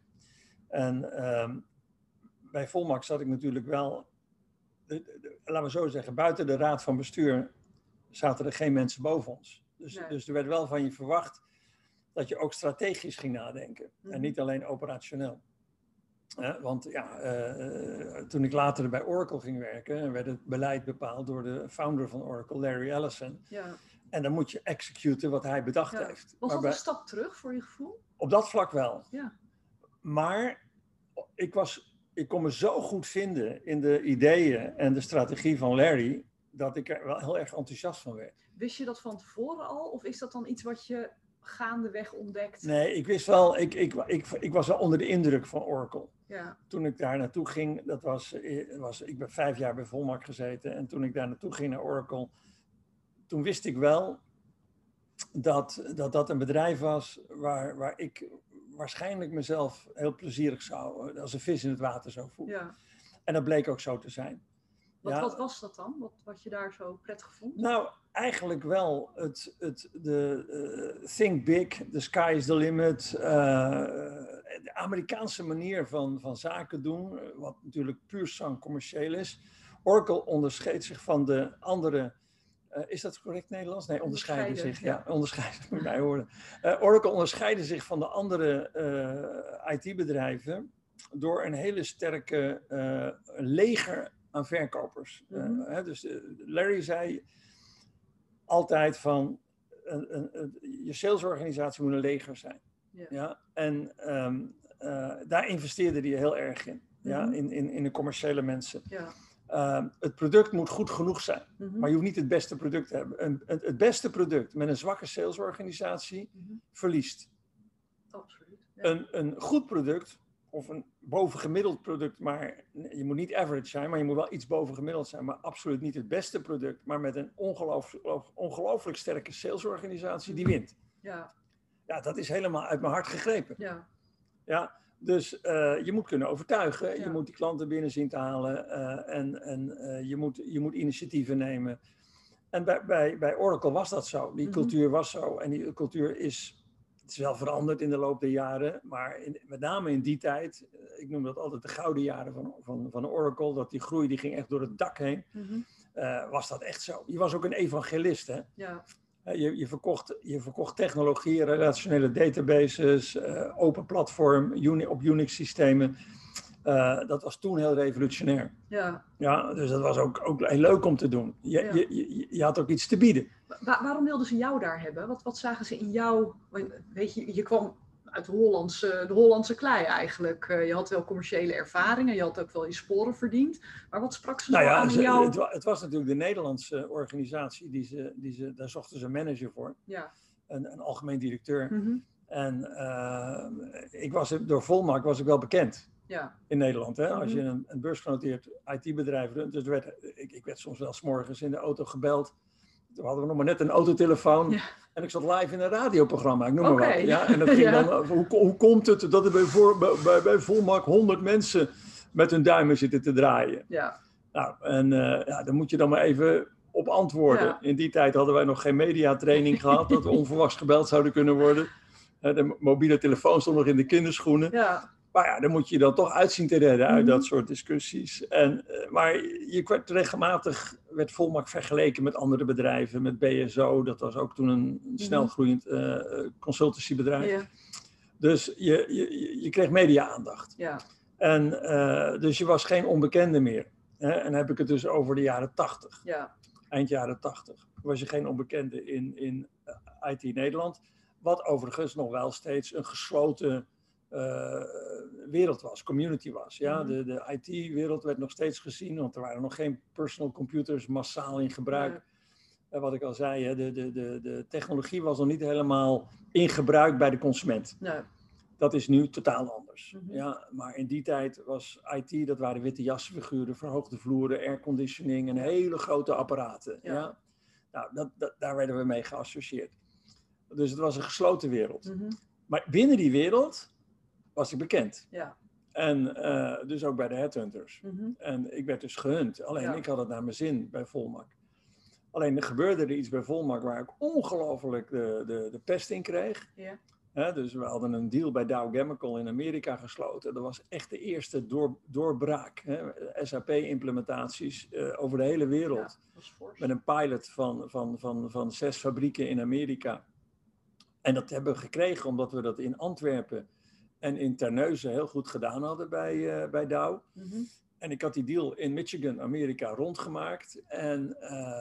En um, bij Volmac zat ik natuurlijk wel, de, de, laten we zo zeggen, buiten de raad van bestuur zaten er geen mensen boven ons. Dus, nee. dus er werd wel van je verwacht dat je ook strategisch ging nadenken mm-hmm. en niet alleen operationeel. Uh, want ja, uh, toen ik later bij Oracle ging werken, werd het beleid bepaald door de founder van Oracle, Larry Ellison. Ja. En dan moet je executen wat hij bedacht ja. heeft.
Was dat bij, een stap terug voor je gevoel?
Op dat vlak wel.
Ja.
Maar ik, was, ik kon me zo goed vinden in de ideeën en de strategie van Larry, dat ik er wel heel erg enthousiast van werd.
Wist je dat van tevoren al? Of is dat dan iets wat je gaandeweg ontdekt?
Nee, ik wist wel, ik, ik, ik, ik was wel onder de indruk van Oracle.
Ja.
Toen ik daar naartoe ging, dat was, was, ik ben vijf jaar bij Volmac gezeten en toen ik daar naartoe ging naar Oracle, toen wist ik wel dat dat, dat een bedrijf was waar, waar ik waarschijnlijk mezelf heel plezierig zou, als een vis in het water zou voelen.
Ja.
En dat bleek ook zo te zijn.
Wat, ja. wat was dat dan? Wat, wat je daar zo prettig vond?
Nou, eigenlijk wel het, het de uh, think big, the sky is the limit. Uh, de Amerikaanse manier van, van zaken doen, wat natuurlijk puur sang commercieel is. Oracle onderscheidt zich van de andere. Uh, is dat correct Nederlands? Nee, onderscheiden zich. Ja, ja onderscheiden moet mij horen. Uh, Oracle onderscheidde zich van de andere uh, I T-bedrijven door een hele sterke uh, leger aan verkopers. Mm-hmm. Uh, hè, dus uh, Larry zei altijd van een, een, een, je salesorganisatie moet een leger zijn. Yeah. Ja? En um, uh, daar investeerde hij heel erg in. Mm-hmm. Ja? In, in, in de commerciële mensen. Yeah. Uh, het product moet goed genoeg zijn. Mm-hmm. Maar je hoeft niet het beste product te hebben. Een, een, het beste product met een zwakke salesorganisatie mm-hmm. verliest.
Absoluut. Ja.
Een, een goed product of een bovengemiddeld product, maar je moet niet average zijn, maar je moet wel iets bovengemiddeld zijn, maar absoluut niet het beste product, maar met een ongelooflijk, ongelooflijk sterke salesorganisatie die wint.
Ja.
Ja, dat is helemaal uit mijn hart gegrepen.
Ja.
Ja, dus uh, je moet kunnen overtuigen, ja. Je moet die klanten binnen zien te halen uh, en, en uh, je, moet, je moet initiatieven nemen. En bij, bij, bij Oracle was dat zo, die mm-hmm. cultuur was zo en die cultuur is is wel veranderd in de loop der jaren, maar in, met name in die tijd, ik noem dat altijd de gouden jaren van, van, van Oracle, dat die groei die ging echt door het dak heen, mm-hmm. uh, was dat echt zo. Je was ook een evangelist, hè?
Ja.
Uh, je, je, verkocht, je verkocht technologie, relationele databases, uh, open platform, uni, op Unix systemen. Uh, dat was toen heel revolutionair.
Ja.
Ja, dus dat was ook, ook heel leuk om te doen. Je, ja. je, je, je had ook iets te bieden.
Wa- waarom wilden ze jou daar hebben? Wat, wat zagen ze in jou? Weet je, je kwam uit de Hollandse, de Hollandse klei eigenlijk. Uh, je had wel commerciële ervaringen, je had ook wel je sporen verdiend. Maar wat sprak ze nou zo ja, aan
ze,
jou?
Het, het was natuurlijk de Nederlandse organisatie, die ze, die ze, daar zochten ze een manager voor.
Ja.
Een, een algemeen directeur.
Mm-hmm.
En uh, ik was, door Volmark was ik wel bekend.
Ja.
In Nederland, hè?
Mm-hmm.
Als je een, een beursgenoteerd I T-bedrijf runt. Dus werd, ik, ik werd soms wel 's morgens in de auto gebeld. Toen hadden we nog maar net een autotelefoon. Ja. En ik zat live in een radioprogramma, ik noem
okay.
maar wat. Ja? En dat ging
ja.
dan, hoe, hoe komt het dat er bij, voor, bij, bij Volmark honderd mensen met hun duimen zitten te draaien?
Ja.
Nou, en uh, ja, daar moet je dan maar even op antwoorden.
Ja.
In die tijd hadden wij nog geen mediatraining gehad, dat we onverwachts gebeld zouden kunnen worden. De mobiele telefoon stond nog in de kinderschoenen.
Ja.
Maar ja, dan moet je dan toch uitzien te redden uit mm-hmm. dat soort discussies. En, maar je werd regelmatig, werd Volmark vergeleken met andere bedrijven, met B S O. Dat was ook toen een mm-hmm. snelgroeiend uh, consultancybedrijf. Yeah. Dus je, je, je kreeg media-aandacht.
Yeah.
En uh, dus je was geen onbekende meer. Hè? En dan heb ik het dus over de jaren tachtig.
Yeah.
Eind jaren tachtig. Was je geen onbekende in, in I T Nederland. Wat overigens nog wel steeds een gesloten Uh, wereld was, community was. Ja? Mm-hmm. De, de I T-wereld werd nog steeds gezien, want er waren nog geen personal computers massaal in gebruik. Nee. Uh, wat ik al zei, hè, de, de, de, de technologie was nog niet helemaal in gebruik bij de consument.
Nee.
Dat is nu totaal anders.
Mm-hmm.
Ja? Maar in die tijd was I T, dat waren witte jasfiguren, verhoogde vloeren, airconditioning en hele grote apparaten. Ja. Ja? Nou, dat, dat, daar werden we mee geassocieerd. Dus het was een gesloten wereld.
Mm-hmm.
Maar binnen die wereld was ik bekend.
Ja.
En uh, dus ook bij de headhunters.
Mm-hmm.
En ik werd dus gehunt. Alleen
ja.
ik had het naar mijn zin bij Volmark. Alleen er gebeurde er iets bij Volmark waar ik ongelooflijk de, de, de pest in kreeg.
Ja.
He, dus we hadden een deal bij Dow Chemical in Amerika gesloten. Dat was echt de eerste door, doorbraak. S A P-implementaties uh, over de hele wereld.
Ja,
met een pilot van, van, van, van zes fabrieken in Amerika. En dat hebben we gekregen omdat we dat in Antwerpen en in Terneuzen heel goed gedaan hadden bij, uh, bij Dow.
Mm-hmm.
En ik had die deal in Michigan, Amerika, rondgemaakt. En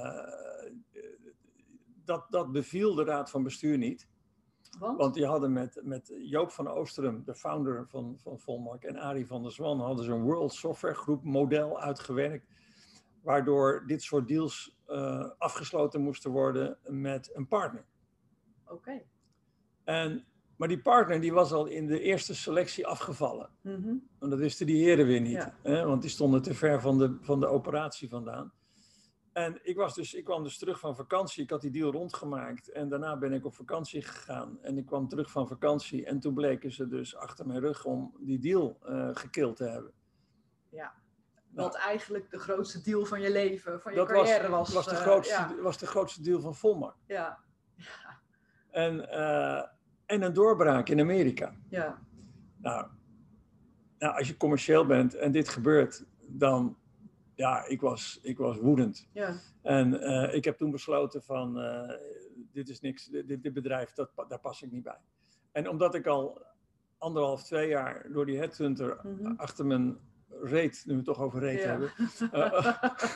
uh, dat, dat beviel de raad van bestuur niet.
Want,
Want die hadden met, met Joop van Oosterum, de founder van, van Volmark, en Arie van der Zwan, hadden ze een World Software Group model uitgewerkt. Waardoor dit soort deals uh, afgesloten moesten worden met een partner.
Oké. Okay.
En... Maar die partner die was al in de eerste selectie afgevallen.
Mm-hmm.
En dat wisten die heren weer niet.
Ja.
Hè? Want die stonden te ver van de, van de operatie vandaan. En ik, was dus, ik kwam dus terug van vakantie. Ik had die deal rondgemaakt. En daarna ben ik op vakantie gegaan. En ik kwam terug van vakantie. En toen bleken ze dus achter mijn rug om die deal uh, gekild te hebben.
Ja. Wat nou, eigenlijk de grootste deal van je leven, van je
dat
carrière was.
was, was, de
uh,
grootste,
ja.
was de grootste deal van Volmark.
Ja. Ja.
En... Uh, En een doorbraak in Amerika.
Ja.
Nou, nou, als je commercieel bent en dit gebeurt, dan, ja, ik was, ik was woedend.
Ja.
En uh, ik heb toen besloten van, uh, dit is niks, dit, dit bedrijf, dat, daar pas ik niet bij. En omdat ik al anderhalf, twee jaar door die headhunter mm-hmm. achter mijn reet, nu we het toch over reet
ja.
hebben, uh,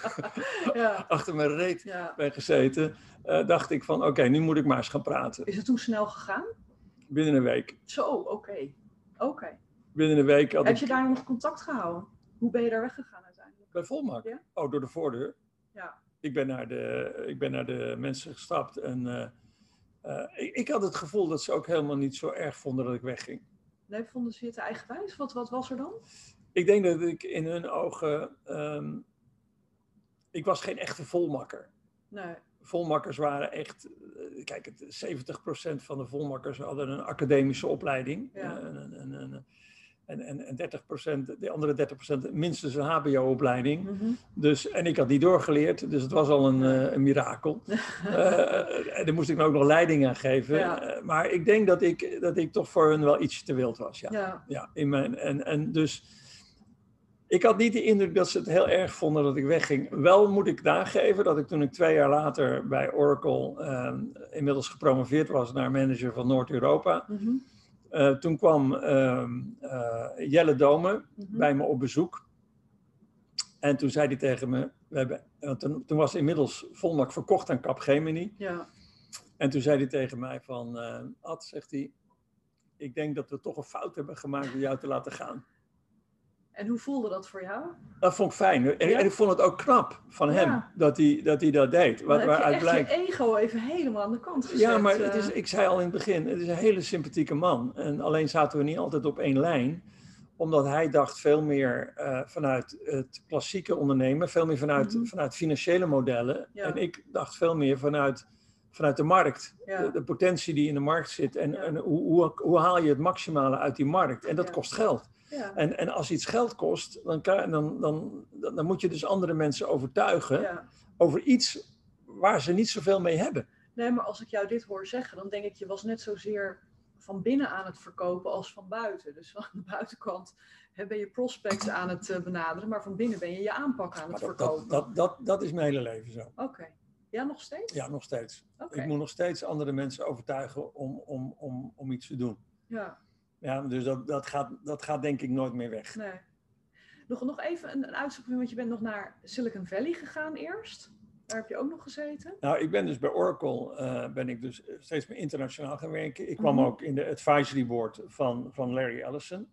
ja.
achter mijn reet
ja.
ben gezeten, uh, dacht ik van, oké, okay, nu moet ik maar eens gaan praten.
Is het toen snel gegaan?
Binnen een week.
Zo, oké. Okay. Oké. Okay.
Binnen een week had
Heb
ik...
je daar nog contact gehouden? Hoe ben je daar weggegaan uiteindelijk?
Bij Volmark?
Ja?
Oh, door de voordeur.
Ja.
Ik ben naar de, ik ben naar de mensen gestapt en uh, uh, ik, ik had het gevoel dat ze ook helemaal niet zo erg vonden dat ik wegging.
Nee, vonden ze je te eigenwijs? Wat, wat was er dan?
Ik denk dat ik in hun ogen... Um, ik was geen echte volmakker.
Nee.
Volmakkers waren echt... Kijk, zeventig procent van de volmakkers hadden een academische opleiding.
Ja.
En, en, en, En, en, en dertig procent, de andere dertig procent minstens een H B O-opleiding.
Mm-hmm.
Dus, en ik had die doorgeleerd, dus het was al een, uh, een mirakel. uh, en daar moest ik me ook nog leiding aan geven. Ja. Uh, maar ik denk dat ik, dat ik toch voor hun wel ietsje te wild was. Ja.
Ja.
Ja, in mijn, en, en dus, ik had niet de indruk dat ze het heel erg vonden dat ik wegging. Wel moet ik nageven dat ik toen ik twee jaar later bij Oracle uh, inmiddels gepromoveerd was naar manager van Noord-Europa.
Mm-hmm.
Uh, toen kwam uh, uh, Jelle Dome mm-hmm. bij me op bezoek. En toen zei hij tegen me, we hebben, want toen, toen was het inmiddels Volmac verkocht aan Capgemini.
Ja.
En toen zei hij tegen mij van, uh, Ad, zegt hij, ik denk dat we toch een fout hebben gemaakt door jou te laten gaan.
En hoe voelde dat voor jou?
Dat vond ik fijn. En, ja. en ik vond het ook knap van ja. hem, dat hij, dat hij dat deed.
Wat, heb je echt blijkt... je ego even helemaal aan de kant gezet.
Ja, maar het is, ik zei al in het begin, het is een hele sympathieke man. En alleen zaten we niet altijd op één lijn. Omdat hij dacht veel meer uh, vanuit het klassieke ondernemen. Veel meer vanuit, mm-hmm. vanuit financiële modellen. Ja. En ik dacht veel meer vanuit, vanuit de markt. Ja. De, de potentie die in de markt zit. En, ja. en hoe, hoe, hoe haal je het maximale uit die markt. En dat ja. kost geld. Ja. En, en als iets geld kost, dan, kan, dan, dan, dan, dan moet je dus andere mensen overtuigen ja. over iets waar ze niet zoveel mee hebben.
Nee, maar als ik jou dit hoor zeggen, dan denk ik, je was net zozeer van binnen aan het verkopen als van buiten. Dus van de buitenkant ben je prospects aan het uh, benaderen, maar van binnen ben je je aanpak aan het
dat,
verkopen.
Dat, dat, dat, dat is mijn hele leven zo.
Oké. Okay. Ja, nog steeds?
Ja, nog steeds.
Okay.
Ik moet nog steeds andere mensen overtuigen om, om, om, om iets te doen.
Ja.
Ja, dus dat, dat, gaat, dat gaat denk ik nooit meer weg.
Nee. Nog, nog even een, een uitstapje, want je bent nog naar Silicon Valley gegaan eerst. Daar heb je ook nog gezeten?
Nou, ik ben dus bij Oracle, uh, ben ik dus steeds meer internationaal gaan werken. Ik kwam mm-hmm. ook in de advisory board van, van Larry Ellison.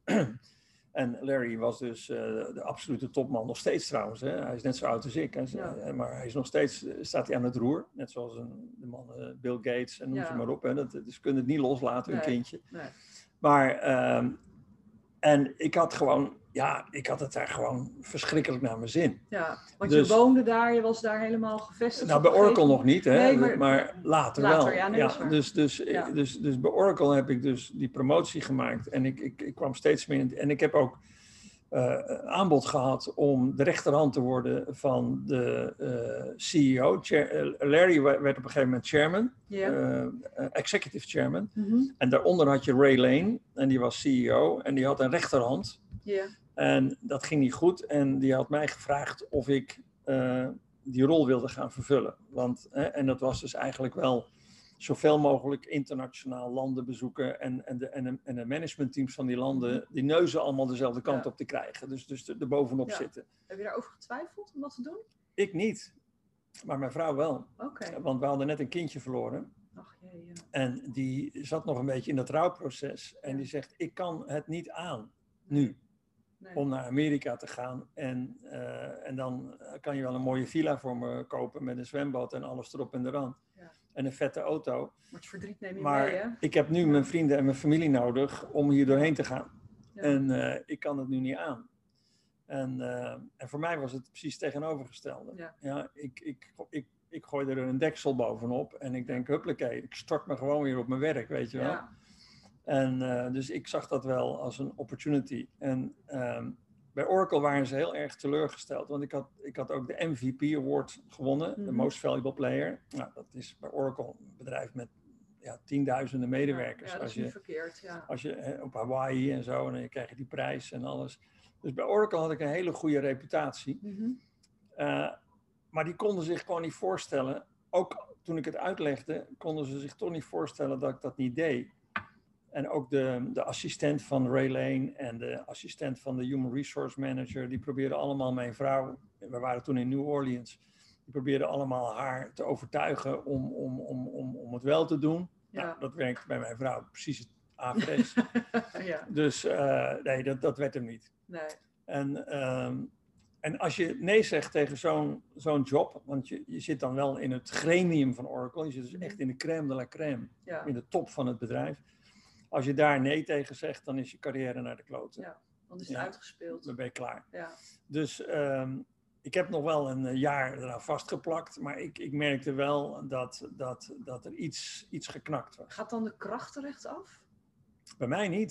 En Larry was dus uh, de absolute topman, nog steeds trouwens. Hè? Hij is net zo oud als ik, hè? Ja. Maar hij is nog steeds, staat hij aan het roer. Net zoals een, de man uh, Bill Gates en noem ja. ze maar op. Hè? Dat, dus ze kunnen het niet loslaten, hun nee. kindje.
Nee.
Maar, um, en ik had gewoon, ja, ik had het daar gewoon verschrikkelijk naar mijn zin.
Ja, want dus, je woonde daar, je was daar helemaal gevestigd.
Nou, bij Oracle nog niet, hè,
nee,
maar, maar later,
later
wel.
Ja, nee,
ja, dus, dus,
ja.
dus, dus bij Oracle heb ik dus die promotie gemaakt en ik, ik, ik kwam steeds meer in, en ik heb ook uh, aanbod gehad om de rechterhand te worden van de uh, C E O. Chair, uh, Larry werd op een gegeven moment chairman, yeah. uh, uh, executive chairman.
Mm-hmm.
En daaronder had je Ray Lane en die was C E O en die had een rechterhand.
Yeah.
En dat ging niet goed en die had mij gevraagd of ik uh, die rol wilde gaan vervullen. Want, hè, en dat was dus eigenlijk wel zoveel mogelijk internationaal landen bezoeken en, en, de, en, de, en de managementteams van die landen, die neuzen allemaal dezelfde kant ja. op te krijgen. Dus, dus er bovenop ja. zitten.
Heb je daarover getwijfeld om dat te doen?
Ik niet, maar mijn vrouw wel.
Okay.
Want we hadden net een kindje verloren.
Ach, jee, ja.
En die zat nog een beetje in dat rouwproces. En
ja.
die zegt, ik kan het niet aan, nu. Nee. Om naar Amerika te gaan. En, uh, en dan kan je wel een mooie villa voor me kopen met een zwembad en alles erop en eraan.
Ja.
En een vette auto.
Maar het verdriet neem je
maar
mee, hè?
Ik heb nu ja. mijn vrienden en mijn familie nodig om hier doorheen te gaan.
Ja.
En uh, ik kan het nu niet aan. En, uh, en voor mij was het precies tegenovergestelde.
Ja.
Ja, ik, ik, ik, ik gooi er een deksel bovenop en ik denk, huppakee, ik stort me gewoon weer op mijn werk, weet je wel.
Ja.
En uh, dus ik zag dat wel als een opportunity. En um, bij Oracle waren ze heel erg teleurgesteld. Want ik had, ik had ook de M V P Award gewonnen. Mm-hmm. De Most Valuable Player. Nou, dat is bij Oracle een bedrijf met ja, tienduizenden medewerkers.
Ja, ja, dat is
als je,
niet verkeerd, ja.
Als je hè, op Hawaii en zo, en dan krijg je die prijs en alles. Dus bij Oracle had ik een hele goede reputatie.
Mm-hmm.
Uh, maar die konden zich gewoon niet voorstellen. Ook toen ik het uitlegde, konden ze zich toch niet voorstellen dat ik dat niet deed. En ook de, de assistent van Ray Lane en de assistent van de Human Resource Manager, die probeerden allemaal mijn vrouw, we waren toen in New Orleans, die probeerden allemaal haar te overtuigen om, om, om, om, om het wel te doen.
Ja.
Nou, dat werkte bij mijn vrouw precies het averechts.
Ja.
Dus uh, nee, dat, dat werd hem niet.
Nee.
En, um, en als je nee zegt tegen zo'n, zo'n job, want je, je zit dan wel in het gremium van Oracle, je zit dus echt in de crème de la crème,
ja.
in de top van het bedrijf. Als je daar nee tegen zegt, dan is je carrière naar de kloten.
Ja, dan is het ja, uitgespeeld.
Dan ben je klaar.
Ja.
Dus um, ik heb nog wel een jaar eraan vastgeplakt, maar ik, ik merkte wel dat, dat, dat er iets, iets geknakt was.
Gaat dan de kracht terecht af?
Bij mij niet.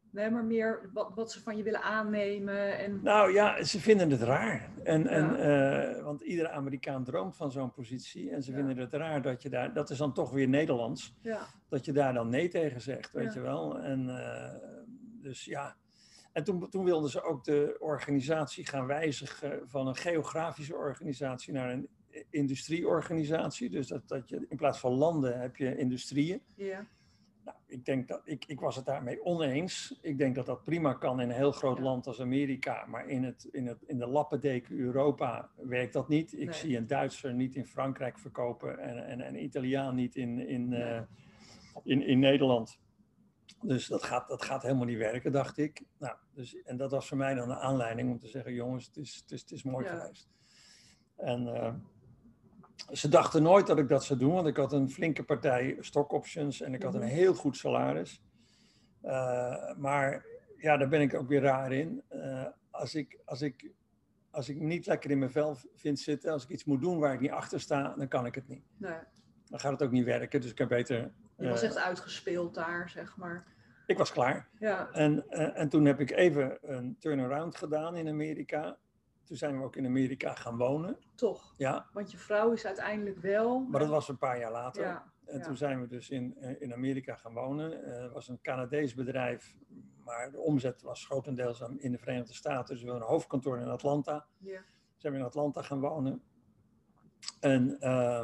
Nee, maar meer wat, wat ze van je willen aannemen. En...
Nou ja, ze vinden het raar. En,
Ja.
en, uh, want iedere Amerikaan droomt van zo'n positie. En ze ja. vinden het raar dat je daar, dat is dan toch weer Nederlands,
ja.
dat je daar dan nee tegen zegt, weet
ja.
je wel. En uh, dus ja. En toen, toen wilden ze ook de organisatie gaan wijzigen van een geografische organisatie naar een industrieorganisatie. Dus dat, dat je in plaats van landen heb je industrieën.
Ja.
Nou, ik denk dat ik, ik was het daarmee oneens. Ik denk dat dat prima kan in een heel groot ja. land als Amerika, maar in, het, in, het, in de lappendeken Europa werkt dat niet. Ik nee. zie een Duitser niet in Frankrijk verkopen en, en, en een Italiaan niet in, in, nee. uh, in, in Nederland. Dus dat gaat, dat gaat helemaal niet werken, dacht ik. Nou, dus, en dat was voor mij dan de aanleiding om te zeggen, jongens, het is, het is, het is mooi ja. geweest. En uh, ze dachten nooit dat ik dat zou doen, want ik had een flinke partij stock options en ik had een heel goed salaris. Uh, maar ja, daar ben ik ook weer raar in. Uh, als, ik, als, ik, als ik me niet lekker in mijn vel vind zitten, als ik iets moet doen waar ik niet achter sta, dan kan ik het niet.
Nee.
Dan gaat het ook niet werken, dus ik heb beter...
Je was echt uitgespeeld daar, zeg maar.
Ik was klaar.
Ja.
En, uh, en toen heb ik even een turnaround gedaan in Amerika. Toen zijn we ook in Amerika gaan wonen.
Toch?
Ja.
Want je vrouw is uiteindelijk wel...
Maar dat was een paar jaar later.
Ja.
En
ja.
toen zijn we dus in, uh, in Amerika gaan wonen. Het uh, was een Canadees bedrijf, maar de omzet was grotendeels in de Verenigde Staten. Dus we hadden een hoofdkantoor in Atlanta.
Ja.
Toen zijn we in Atlanta gaan wonen. En... Uh,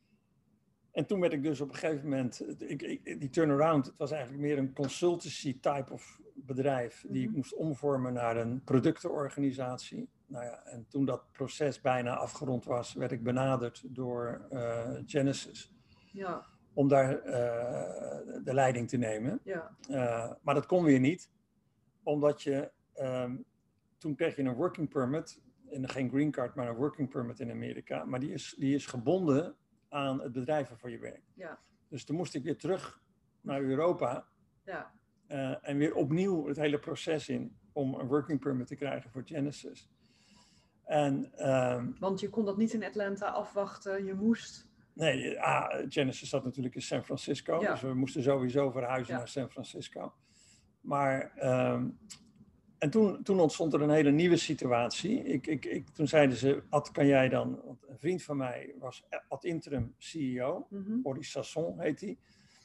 En toen werd ik dus op een gegeven moment, ik, ik, die turnaround, het was eigenlijk meer een consultancy type of bedrijf, die ik moest omvormen naar een productenorganisatie. Nou ja, en toen dat proces bijna afgerond was, werd ik benaderd door uh, Genesis.
Ja.
Om daar uh, de leiding te nemen.
Ja.
Uh, maar dat kon weer niet, omdat je, um, toen kreeg je een working permit, en geen green card, maar een working permit in Amerika, maar die is, die is gebonden aan het bedrijf waarvoor je werkt.
Ja.
Dus toen moest ik weer terug naar Europa
ja.
uh, en weer opnieuw het hele proces in om een working permit te krijgen voor Genesis. En, um,
Want je kon dat niet in Atlanta afwachten, je moest...
Nee, ah, Genesis zat natuurlijk in San Francisco, ja. dus we moesten sowieso verhuizen ja. naar San Francisco. Maar... Um, En toen, toen ontstond er een hele nieuwe situatie. Ik, ik, ik, toen zeiden ze, Ad, kan jij dan... Want een vriend van mij was ad interim C E O.
Mm-hmm.
Boris Sasson heet hij.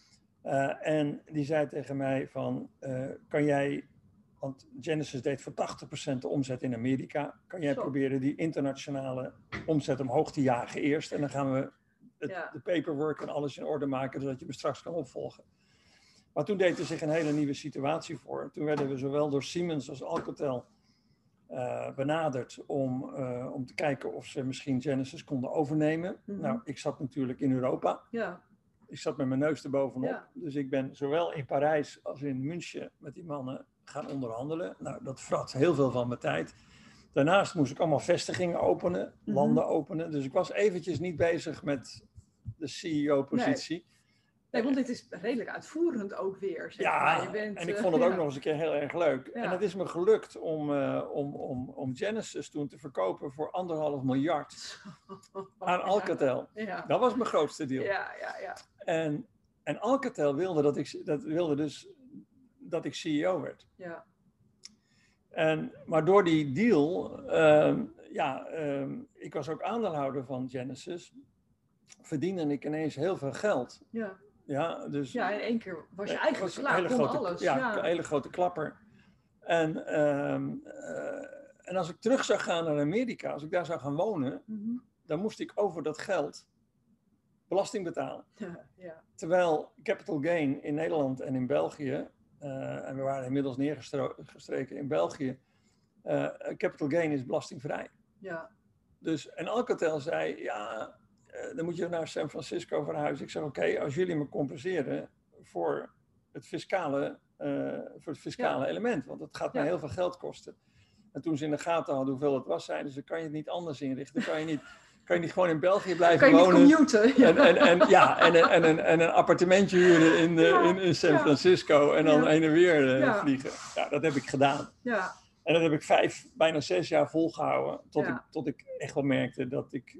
Uh, en die zei tegen mij van... Uh, kan jij... Want Genesis deed voor tachtig procent de omzet in Amerika. Kan jij Zo. proberen die internationale omzet omhoog te jagen eerst? En dan gaan we het,
ja.
de paperwork en alles in orde maken... zodat je me straks kan opvolgen. Maar toen deed er zich een hele nieuwe situatie voor. Toen werden we zowel door Siemens als Alcatel uh, benaderd om, uh, om te kijken of ze misschien Genesis konden overnemen. Mm-hmm. Nou, ik zat natuurlijk in Europa.
Ja.
Ik zat met mijn neus erbovenop.
Ja.
Dus ik ben zowel in Parijs als in München met die mannen gaan onderhandelen. Nou, dat vrat heel veel van mijn tijd. Daarnaast moest ik allemaal vestigingen openen, mm-hmm. landen openen. Dus ik was eventjes niet bezig met de C E O-positie.
Nee. Nee, want dit is redelijk uitvoerend ook weer. Zeg
ja,
maar. Je bent,
en ik vond het ook
uh,
nog eens een keer heel erg leuk.
Ja.
En het is me gelukt om, uh, om, om, om Genesis toen te verkopen voor anderhalf miljard aan Alcatel.
Ja. Ja.
Dat was mijn grootste deal.
Ja, ja, ja.
En, en Alcatel wilde, dat ik, dat wilde dus dat ik C E O werd.
Ja.
En, maar door die deal, um, ja, um, ik was ook aandeelhouder van Genesis, verdiende ik ineens heel veel geld.
Ja.
Ja, dus,
ja, in één keer was je eigenlijk was klaar,
hele
kon
grote,
alles.
Ja,
ja,
een hele grote klapper. En, um, uh, en als ik terug zou gaan naar Amerika, als ik daar zou gaan wonen,
mm-hmm.
dan moest ik over dat geld belasting betalen.
Ja, ja.
Terwijl capital gain in Nederland en in België, uh, en we waren inmiddels neergestreken in België, uh, capital gain is belastingvrij.
Ja.
Dus, en Alcatel zei, ja... Uh, dan moet je naar San Francisco verhuizen. Ik zeg, oké, okay, als jullie me compenseren voor het fiscale, uh, voor het fiscale ja. element, want dat gaat mij ja. heel veel geld kosten. En toen ze in de gaten hadden hoeveel het was, zeiden ze, kan je het niet anders inrichten? Kan je niet, kan je niet gewoon in België blijven
kan je
wonen?
Niet commuten? Ja.
En, en, en, ja, en, en, en, een, en een appartementje huren in, de, ja. in, in San Francisco en dan ja. heen en weer uh, ja. vliegen. Ja, dat heb ik gedaan.
Ja.
En dat heb ik vijf, bijna zes jaar volgehouden, tot,
ja.
ik, tot ik echt wel merkte dat ik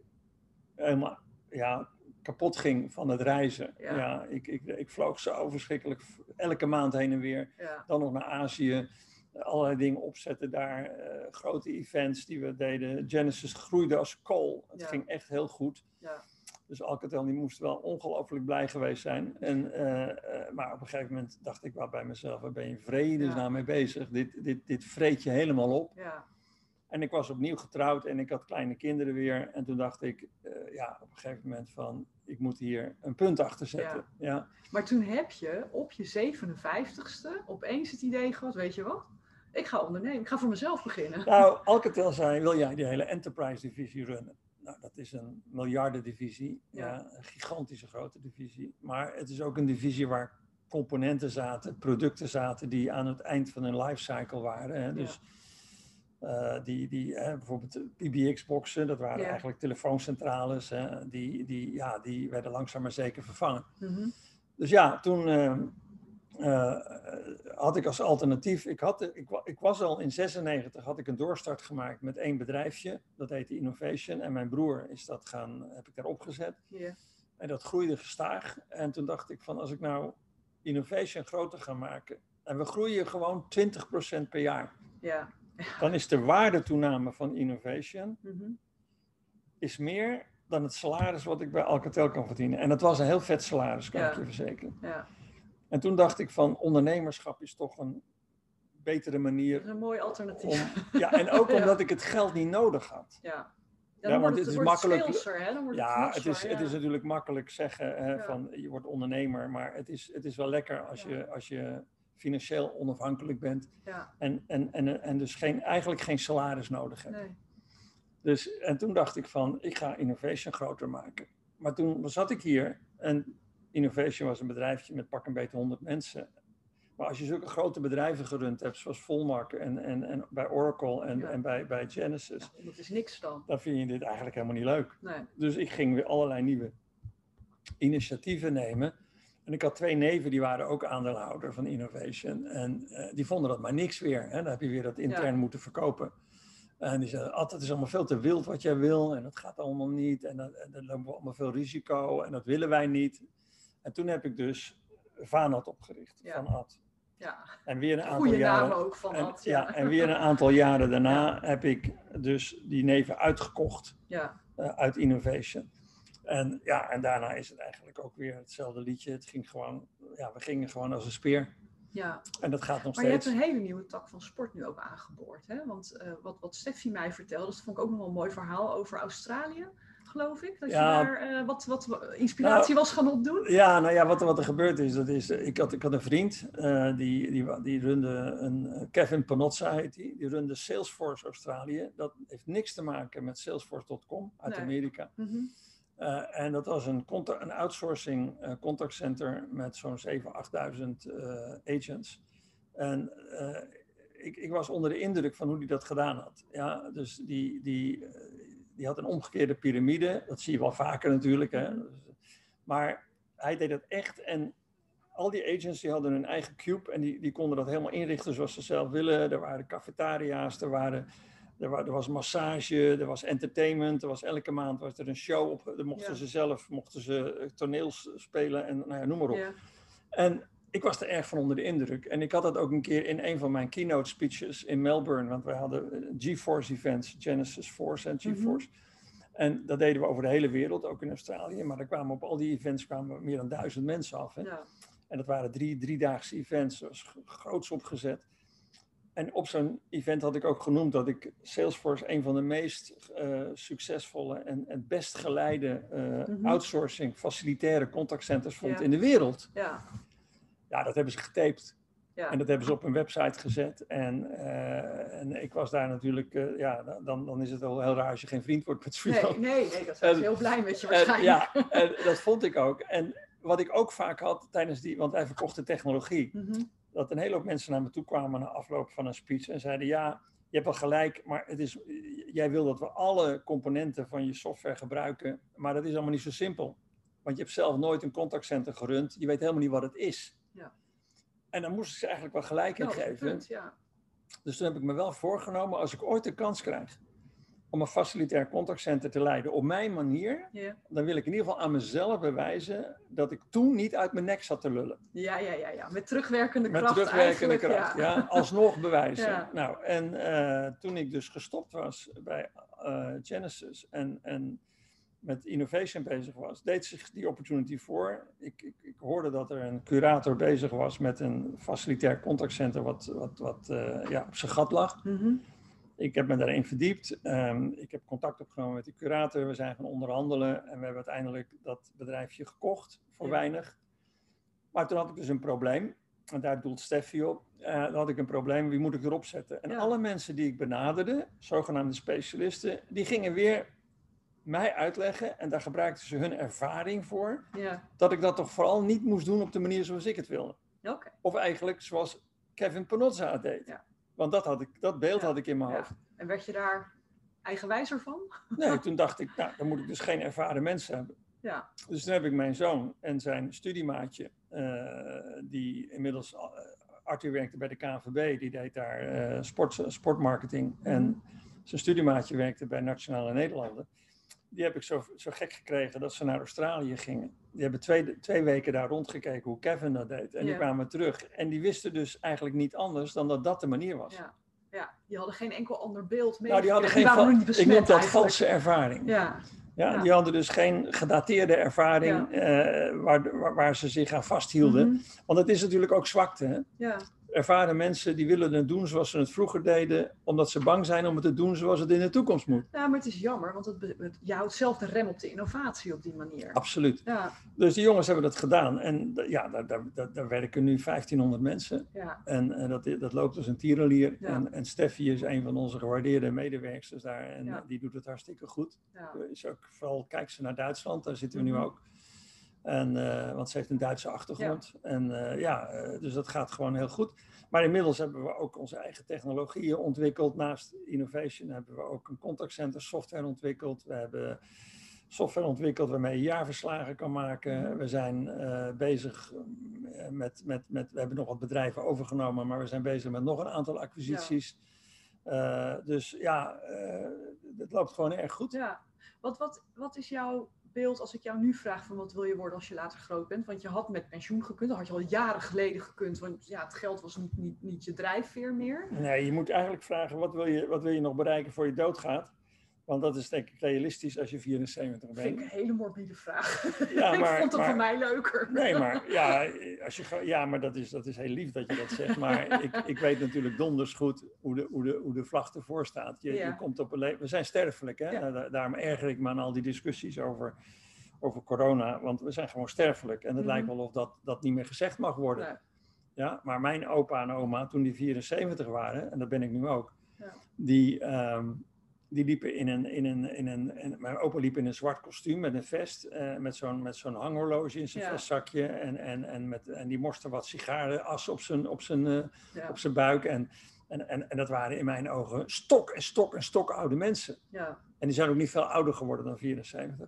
helemaal ja, kapot ging van het reizen.
Ja.
Ja, ik, ik, ik vloog zo verschrikkelijk elke maand heen en weer.
Ja.
Dan nog naar Azië. Allerlei dingen opzetten daar. Uh, grote events die we deden. Genesis groeide als kool. Het
Ja.
ging echt heel goed.
Ja.
Dus Alcatel die moest wel ongelooflijk blij geweest zijn. En, uh, uh, maar op een gegeven moment dacht ik wel bij mezelf, waar ben je vredesnaam ja. mee bezig? Dit, dit, dit vreet je helemaal op.
Ja.
En ik was opnieuw getrouwd en ik had kleine kinderen weer. En toen dacht ik, uh, ja, op een gegeven moment van, ik moet hier een punt achter zetten. Ja. Ja.
Maar toen heb je op je zevenenvijftigste opeens het idee gehad, weet je wat? Ik ga ondernemen, ik ga voor mezelf beginnen.
Nou, Alcatel zei, wil jij die hele enterprise divisie runnen? Nou, dat is een miljardendivisie, ja. Ja, een gigantische grote divisie. Maar het is ook een divisie waar componenten zaten, producten zaten die aan het eind van hun lifecycle waren. Hè. Dus ja. uh, die, die, hè, bijvoorbeeld P B X-boxen, dat waren ja. eigenlijk telefooncentrales, hè, die, die, ja, die werden langzaam maar zeker vervangen. Mm-hmm. Dus ja, toen uh, uh, had ik als alternatief, ik, had, ik, ik was al in zesennegentig, had ik een doorstart gemaakt met één bedrijfje, dat heette Innovation. En mijn broer is dat gaan, heb ik daar opgezet. Yeah. En dat groeide gestaag. En toen dacht ik van, als ik nou Innovation groter ga maken, en we groeien gewoon twintig procent per jaar. Yeah. Dan is de waardetoename van Innovation mm-hmm. is meer dan het salaris wat ik bij Alcatel kan verdienen. En dat was een heel vet salaris, kan yeah. ik je verzekeren. Yeah. En toen dacht ik van, ondernemerschap is toch een betere manier.
Dat is een mooi alternatief.
Om, ja, en ook ja. omdat ik het geld niet nodig had.
Ja, ja,
dan
ja
want
het,
het is
wordt
makkelijk.
Speelser, hè? Dan wordt
ja,
het,
het, is,
ja,
het is natuurlijk makkelijk zeggen hè,
ja.
van je wordt ondernemer, maar het is, het is wel lekker als, ja. je, als je financieel onafhankelijk bent. Ja. En, en, en, en dus geen, eigenlijk geen salaris nodig hebt. Nee. Dus, en toen dacht ik van, ik ga Innovation groter maken. Maar toen zat ik hier en Innovation was een bedrijfje met pak een beetje honderd mensen. Maar als je zulke grote bedrijven gerund hebt, zoals Volmark en, en, en bij Oracle en, ja. en bij, bij Genesis.
Ja, dat is niks dan.
Dan vind je dit eigenlijk helemaal niet leuk.
Nee.
Dus ik ging weer allerlei nieuwe initiatieven nemen. En ik had twee neven, die waren ook aandeelhouder van Innovation. En uh, die vonden dat maar niks weer. Hè? Dan heb je weer dat intern ja. moeten verkopen. En die zeiden, altijd is allemaal veel te wild wat jij wil. En dat gaat allemaal niet. En dan lopen we allemaal veel risico. En dat willen wij niet. En toen heb ik dus Vanad opgericht, ja. van Ad.
Ja.
En weer een aantal
Goeie
jaren,
naam ook, van
en,
Ad. Ja.
Ja, en weer een aantal jaren daarna ja. heb ik dus die neven uitgekocht
ja.
uh, uit Innovation. En ja, en daarna is het eigenlijk ook weer hetzelfde liedje. Het ging gewoon, ja, we gingen gewoon als een speer.
Ja.
En dat gaat nog
maar
steeds.
Je hebt een hele nieuwe tak van sport nu ook aangeboord. Hè? Want uh, wat, wat Steffi mij vertelde, dat vond ik ook nog wel een mooi verhaal over Australië. Geloof ik, dat ja, je daar uh, wat, wat inspiratie nou, was gaan opdoen?
Ja, nou ja, wat, wat er gebeurd is, dat is, ik had, ik had een vriend, uh, die, die, die runde, een, Kevin Panozza heet die, die runde Salesforce Australië. Dat heeft niks te maken met salesforce punt com uit nee. Amerika. Mm-hmm. Uh, en dat was een, contact, een outsourcing uh, contactcenter met zo'n zevenduizend, achtduizend uh, agents. En uh, ik, ik was onder de indruk van hoe hij dat gedaan had. Ja, dus die... die uh, Die had een omgekeerde piramide, dat zie je wel vaker natuurlijk. Hè? Maar hij deed dat echt en al die agents die hadden hun eigen cube en die, die konden dat helemaal inrichten zoals ze zelf willen. Er waren cafetaria's, er, waren, er, wa- er was massage, er was entertainment, er was elke maand was er een show op. Er mochten ja. ze zelf mochten ze toneels spelen en nou ja, noem maar op. Ja. En ik was er erg van onder de indruk. En ik had dat ook een keer in een van mijn keynote speeches in Melbourne. Want wij hadden GeForce events, Genesis Force en GeForce. Mm-hmm. En dat deden we over de hele wereld, ook in Australië. Maar er kwamen op al die events kwamen meer dan duizend mensen af. Hè? Ja. En dat waren drie driedaagse events, dat was groots opgezet. En op zo'n event had ik ook genoemd dat ik Salesforce een van de meest uh, succesvolle en het best geleide uh, mm-hmm. outsourcing facilitaire contactcenters vond ja. in de wereld.
Ja.
Ja, dat hebben ze getaped.
Ja.
En dat hebben ze op hun website gezet. En, uh, en ik was daar natuurlijk... Uh, ja, dan, dan is het wel heel raar als je geen vriend wordt met Srio.
Nee, nee, nee, dat zijn ze heel blij met je waarschijnlijk.
En, ja, en dat vond ik ook. En wat ik ook vaak had tijdens die... Want wij verkochten technologie. Mm-hmm. Dat een hele hoop mensen naar me toe kwamen na afloop van een speech. En zeiden, ja, je hebt wel gelijk. Maar het is, jij wil dat we alle componenten van je software gebruiken. Maar dat is allemaal niet zo simpel. Want je hebt zelf nooit een contactcenter gerund. Je weet helemaal niet wat het is.
Ja.
En dan moest ik ze eigenlijk wel gelijk in
no,
geven.
Punt, ja.
Dus toen heb ik me wel voorgenomen, als ik ooit de kans krijg om een facilitair contactcenter te leiden op mijn manier,
Ja.
dan wil ik in ieder geval aan mezelf bewijzen dat ik toen niet uit mijn nek zat te lullen.
Ja, ja, ja, ja. Met terugwerkende
Met
kracht
terugwerkende
eigenlijk.
kracht,
Ja.
ja. Alsnog bewijzen.
Ja.
Nou, en uh, toen ik dus gestopt was bij uh, Genesis en, en met innovation bezig was, deed zich die opportunity voor. Ik, ik, ik hoorde dat er een curator bezig was met een facilitair contactcenter wat, wat, wat uh, ja, op zijn gat lag.
Mm-hmm.
Ik heb me daarin verdiept. Um, ik heb contact opgenomen met die curator. We zijn gaan onderhandelen en we hebben uiteindelijk dat bedrijfje gekocht voor ja. weinig. Maar toen had ik dus een probleem. En daar doelt Steffi op. Uh, dan had ik een probleem, wie moet ik erop zetten? En ja. alle mensen die ik benaderde, zogenaamde specialisten, die gingen weer mij uitleggen, en daar gebruikten ze hun ervaring voor,
ja.
dat ik dat toch vooral niet moest doen op de manier zoals ik het wilde.
Okay.
Of eigenlijk zoals Kevin Panozza het deed.
Ja.
Want dat, had ik, dat beeld
ja.
had ik in mijn
ja.
hoofd.
En werd je daar eigenwijzer van?
Nee, toen dacht ik, nou, dan moet ik dus geen ervaren mensen hebben.
Ja.
Dus toen heb ik mijn zoon en zijn studiemaatje, uh, die inmiddels, uh, Arthur werkte bij de K N V B, die deed daar uh, sport, sportmarketing. Mm. En zijn studiemaatje werkte bij Nationale Nederlanden. Die heb ik zo, zo gek gekregen dat ze naar Australië gingen. Die hebben twee, twee weken daar rondgekeken hoe Kevin dat deed. En ja. die kwamen terug. En die wisten dus eigenlijk niet anders dan dat dat de manier was.
Ja, ja. Die hadden geen enkel ander beeld mee.
Nou, die hadden geen,
die
niet besmet, ik noem dat eigenlijk. valse ervaring.
Ja.
Ja, ja. Die hadden dus geen gedateerde ervaring ja. uh, waar, waar, waar ze zich aan vasthielden. Mm-hmm. Want het is natuurlijk ook zwakte. Hè?
Ja.
Ervaren mensen die willen het doen zoals ze het vroeger deden, omdat ze bang zijn om het te doen zoals het in de toekomst moet.
Ja, maar het is jammer, want het, het, je houdt zelf de rem op de innovatie op die manier.
Absoluut.
Ja.
Dus die jongens hebben dat gedaan. En ja, daar, daar, daar, daar werken nu vijftienhonderd mensen.
Ja.
En, en dat, dat loopt als een tierenlier.
Ja.
En, en Steffi is een van onze gewaardeerde medewerksters daar. En
ja.
die doet het hartstikke goed.
Ja.
Is ook, vooral kijkt ze naar Duitsland, daar zitten we mm-hmm. nu ook. En, uh, want ze heeft een Duitse achtergrond. Ja. En uh, ja, uh, dus dat gaat gewoon heel goed. Maar inmiddels hebben we ook onze eigen technologieën ontwikkeld. Naast innovation hebben we ook een contactcenter software ontwikkeld. We hebben software ontwikkeld waarmee je jaarverslagen kan maken. We zijn uh, bezig met, met, met, we hebben nog wat bedrijven overgenomen, maar we zijn bezig met nog een aantal acquisities. Ja. Uh, dus ja, uh, het loopt gewoon erg goed.
Ja. Wat, wat, wat is jouw beeld als ik jou nu vraag van wat wil je worden als je later groot bent? Want je had met pensioen gekund, dat had je al jaren geleden gekund, want ja, het geld was niet, niet, niet je drijfveer meer.
Nee, je moet eigenlijk vragen wat wil je, wat wil je nog bereiken voor je doodgaat? Want dat is denk ik realistisch als je vierenzeventig bent.
Dat vind ik een hele morbide vraag.
Ja, maar,
ik vond het
maar,
voor mij leuker.
Nee, maar, ja, als je, ja, maar dat, is, dat is heel lief dat je dat zegt. Maar ik, ik weet natuurlijk donders goed hoe de, hoe de, hoe de vlag ervoor staat. Je, ja. je komt op een le- We zijn sterfelijk, hè? Ja. Daar, daarom erger ik me aan al die discussies over, over corona. Want we zijn gewoon sterfelijk. En het mm-hmm. lijkt wel of dat, dat niet meer gezegd mag worden. Nee. Ja, maar mijn opa en oma, toen die vierenzeventig waren, en dat ben ik nu ook, ja. die... Um, Die liepen in een, in een, in een, in, mijn opa liep in een zwart kostuum met een vest, uh, met zo'n, met zo'n hanghorloge in zijn ja. vestzakje en, en, en, met, en die morste wat sigarenas op zijn, op zijn, uh, ja. op zijn buik. En, en, en, en dat waren in mijn ogen stok en stok en stok oude mensen.
Ja.
En die zijn ook niet veel ouder geworden dan vierenzeventig.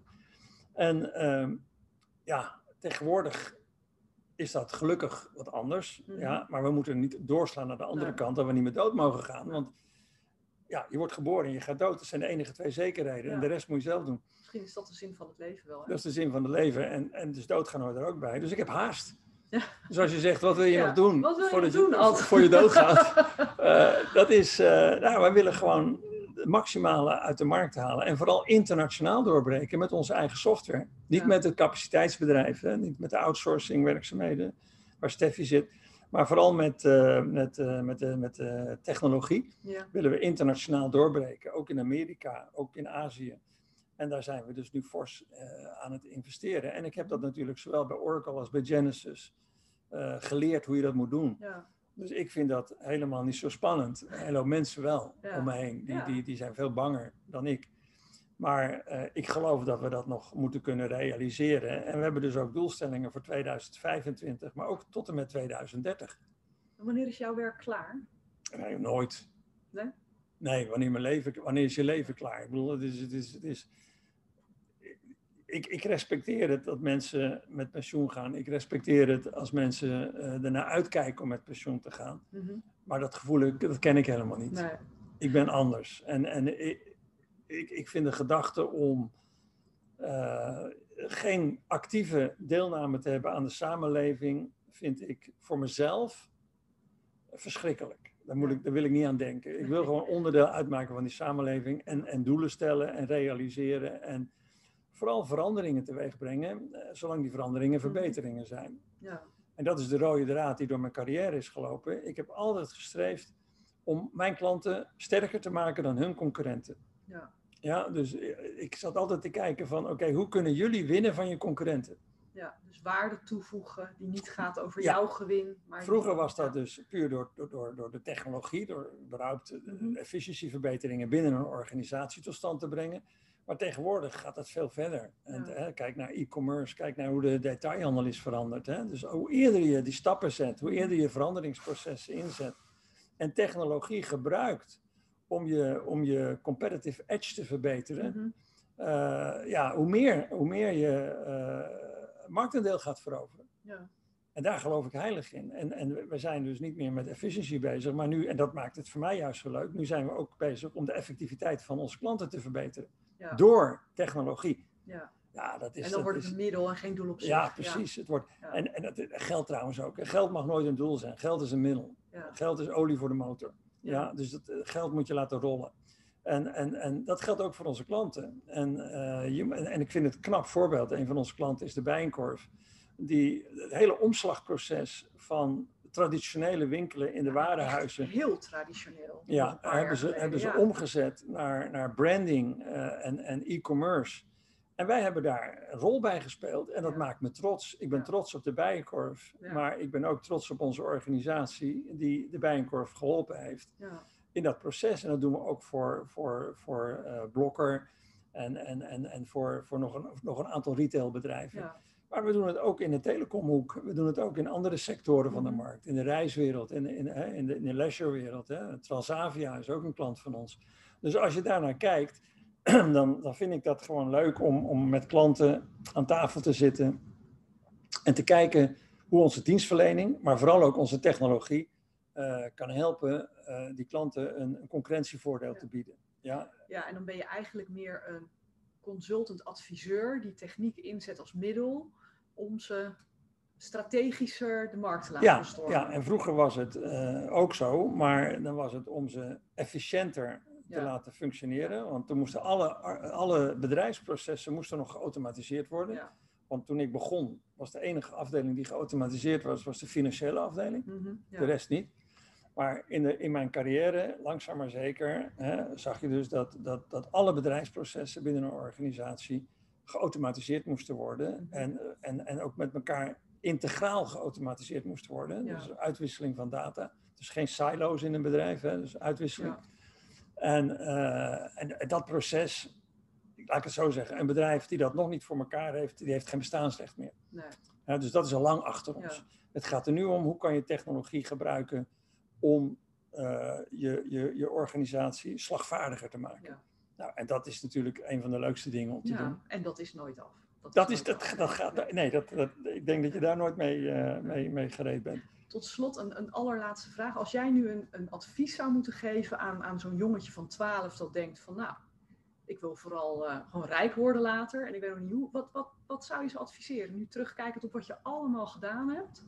En um, ja, tegenwoordig is dat gelukkig wat anders. Mm-hmm. Ja, maar we moeten niet doorslaan naar de andere nee. kant, dat we niet meer dood mogen gaan. Want ja, je wordt geboren en je gaat dood. Dat zijn de enige twee zekerheden. Ja. En de rest moet je zelf doen.
Misschien is dat de zin van het leven wel. Hè?
Dat is de zin van het leven. En, en dus doodgaan hoort er ook bij. Dus ik heb haast. Ja. Dus als je zegt, wat wil je ja. nog doen?
Wat wil je
voordat
nog doen,
je, voor je doodgaat? uh, dat is, uh, nou, wij willen gewoon het maximale uit de markt halen. En vooral internationaal doorbreken met onze eigen software. Niet ja. met het capaciteitsbedrijf. Hè? Niet met de outsourcing werkzaamheden waar Steffi zit. Maar vooral met, uh, met, uh, met, uh, met uh, technologie ja. willen we internationaal doorbreken. Ook in Amerika, ook in Azië. En daar zijn we dus nu fors uh, aan het investeren. En ik heb dat natuurlijk zowel bij Oracle als bij Genesis uh, geleerd hoe je dat moet doen.
Ja.
Dus ik vind dat helemaal niet zo spannend. Een hele hoop mensen wel ja. om me heen. Die,
ja.
die, die zijn veel banger dan ik. Maar uh, ik geloof dat we dat nog moeten kunnen realiseren. En we hebben dus ook doelstellingen voor tweeduizend vijfentwintig, maar ook tot en met tweeduizend dertig.
Wanneer is jouw werk klaar?
Nee, nooit.
Nee?
Nee, wanneer, mijn leven, wanneer is je leven klaar? Ik bedoel, het is... Het is, het is ik, ik respecteer het dat mensen met pensioen gaan. Ik respecteer het als mensen uh, ernaar uitkijken om met pensioen te gaan.
Mm-hmm.
Maar dat gevoel, dat ken ik helemaal niet.
Nee.
Ik ben anders. En... en ik, ik, ik vind de gedachte om uh, geen actieve deelname te hebben aan de samenleving, vind ik voor mezelf verschrikkelijk. Daar, moet ik, daar wil ik niet aan denken. Ik wil gewoon onderdeel uitmaken van die samenleving en, en doelen stellen en realiseren en vooral veranderingen teweeg brengen, uh, zolang die veranderingen verbeteringen zijn.
Ja.
En dat is de rode draad die door mijn carrière is gelopen. Ik heb altijd gestreefd om mijn klanten sterker te maken dan hun concurrenten.
Ja.
Ja, dus ik zat altijd te kijken van, oké, okay, hoe kunnen jullie winnen van je concurrenten?
Ja, dus waarde toevoegen die niet gaat over
ja.
jouw gewin. Maar
Vroeger
die...
was dat
ja.
dus puur door, door, door de technologie, door überhaupt
mm-hmm.
efficiëntieverbeteringen binnen een organisatie tot stand te brengen. Maar tegenwoordig gaat dat veel verder. En,
ja.
hè, kijk naar e-commerce, kijk naar hoe de detailhandel is veranderd. Hè? Dus hoe eerder je die stappen zet, hoe eerder je veranderingsprocessen inzet en technologie gebruikt om je, om je competitive edge te verbeteren,
mm-hmm.
uh, ja, hoe meer, hoe meer je uh, marktaandeel gaat veroveren.
Ja.
En daar geloof ik heilig in. En, en we zijn dus niet meer met efficiëntie bezig, maar nu, en dat maakt het voor mij juist zo leuk, nu zijn we ook bezig om de effectiviteit van onze klanten te verbeteren. Ja. Door technologie.
Ja.
Ja, dat is,
en dan
dat
wordt het
is,
een middel en geen doel op zich.
Ja, precies. Ja. Het wordt,
ja.
En, en dat, geld trouwens ook. Geld mag nooit een doel zijn. Geld is een middel.
Ja.
Geld is olie voor de motor. Ja. Ja, dus dat, geld moet je laten rollen. En, en, en dat geldt ook voor onze klanten. En, uh, je, en, en ik vind het een knap voorbeeld. Een van onze klanten is de Bijenkorf. Die het hele omslagproces van traditionele winkelen in de warenhuizen.
Heel traditioneel.
Ja, hebben ze, hebben ze
ja.
omgezet naar, naar branding uh, en, en e-commerce. En wij hebben daar een rol bij gespeeld en dat ja. maakt me trots. Ik ben ja. trots op de Bijenkorf, ja. maar ik ben ook trots op onze organisatie die de Bijenkorf geholpen heeft
ja.
in dat proces. En dat doen we ook voor, voor, voor uh, Blokker en, en, en, en voor, voor nog, een, nog een aantal retailbedrijven. Ja. Maar we doen het ook in de telecomhoek. We doen het ook in andere sectoren van de markt. In de reiswereld, in de, in, in de, in de leisurewereld. Hè. Transavia is ook een klant van ons. Dus als je daarnaar kijkt, dan, dan vind ik dat gewoon leuk om, om met klanten aan tafel te zitten. En te kijken hoe onze dienstverlening, maar vooral ook onze technologie, uh, kan helpen uh, die klanten een, een concurrentievoordeel ja. te bieden. Ja.
ja, en dan ben je eigenlijk meer een consultant-adviseur die techniek inzet als middel om ze strategischer de markt te laten
ja,
bestormen.
Ja, en vroeger was het uh, ook zo, maar dan was het om ze efficiënter te ja. laten functioneren. Want toen moesten alle, alle bedrijfsprocessen moesten nog geautomatiseerd worden.
Ja.
Want toen ik begon, was de enige afdeling die geautomatiseerd was, was de financiële afdeling.
Mm-hmm, ja.
De rest niet. Maar in, de, in mijn carrière, langzaam maar zeker, hè, zag je dus dat, dat, dat alle bedrijfsprocessen binnen een organisatie geautomatiseerd moesten worden.
Mm-hmm.
En, en, en ook met elkaar integraal geautomatiseerd moesten worden.
Ja.
Dus uitwisseling van data. Dus geen silo's in een bedrijf, hè, dus uitwisseling.
Ja.
En, uh, en, en dat proces, laat ik het zo zeggen, een bedrijf die dat nog niet voor elkaar heeft, die heeft geen bestaansrecht meer.
Nee.
Ja, dus dat is al lang achter ons.
Ja.
Het gaat er nu om, hoe kan je technologie gebruiken om uh, je, je, je organisatie slagvaardiger te maken.
Ja.
Nou, en dat is natuurlijk een van de leukste dingen om te
ja,
doen.
En dat is nooit af. Dat,
dat
is
is, dat, dat gaat, nee, dat, dat, ik denk dat je daar nooit mee, uh, mee, mee gereed bent.
Tot slot een, een allerlaatste vraag. Als jij nu een, een advies zou moeten geven aan, aan zo'n jongetje van twaalf dat denkt van nou, ik wil vooral uh, gewoon rijk worden later en ik weet nog niet hoe. Wat, wat, wat zou je ze adviseren? Nu terugkijkend op wat je allemaal gedaan hebt.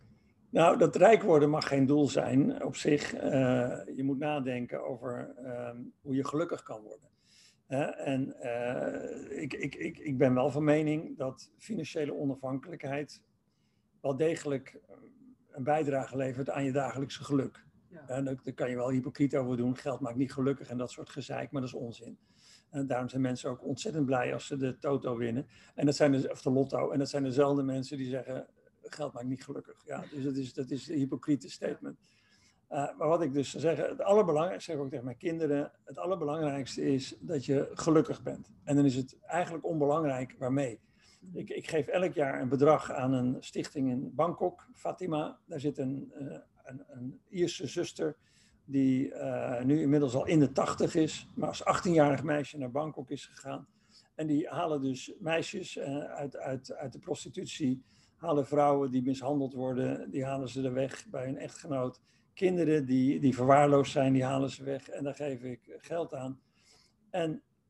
Nou, dat rijk worden mag geen doel zijn op zich. Uh, je moet nadenken over uh, hoe je gelukkig kan worden. Uh, en uh, ik, ik, ik, ik ben wel van mening dat financiële onafhankelijkheid wel degelijk een bijdrage levert aan je dagelijkse geluk. Ja. Uh, daar, daar kan je wel hypocriet over doen. Geld maakt niet gelukkig en dat soort gezeik, maar dat is onzin. En daarom zijn mensen ook ontzettend blij als ze de toto winnen. En dat zijn de, of de lotto. En dat zijn dezelfde mensen die zeggen, geld maakt niet gelukkig. Ja, dus dat is, dat is een hypocriete statement. Uh, maar wat ik dus zou zeggen, het allerbelangrijkste, zeg ik ook tegen mijn kinderen, het allerbelangrijkste is dat je gelukkig bent. En dan is het eigenlijk onbelangrijk waarmee. Ik, ik geef elk jaar een bedrag aan een stichting in Bangkok, Fatima. Daar zit een, uh, een, een Ierse zuster die uh, nu inmiddels al in de tachtig is, maar als achttienjarig meisje naar Bangkok is gegaan. En die halen dus meisjes uh, uit, uit, uit de prostitutie, halen vrouwen die mishandeld worden, die halen ze er weg bij hun echtgenoot. Kinderen die, die verwaarloosd zijn, die halen ze weg en daar geef ik geld aan. En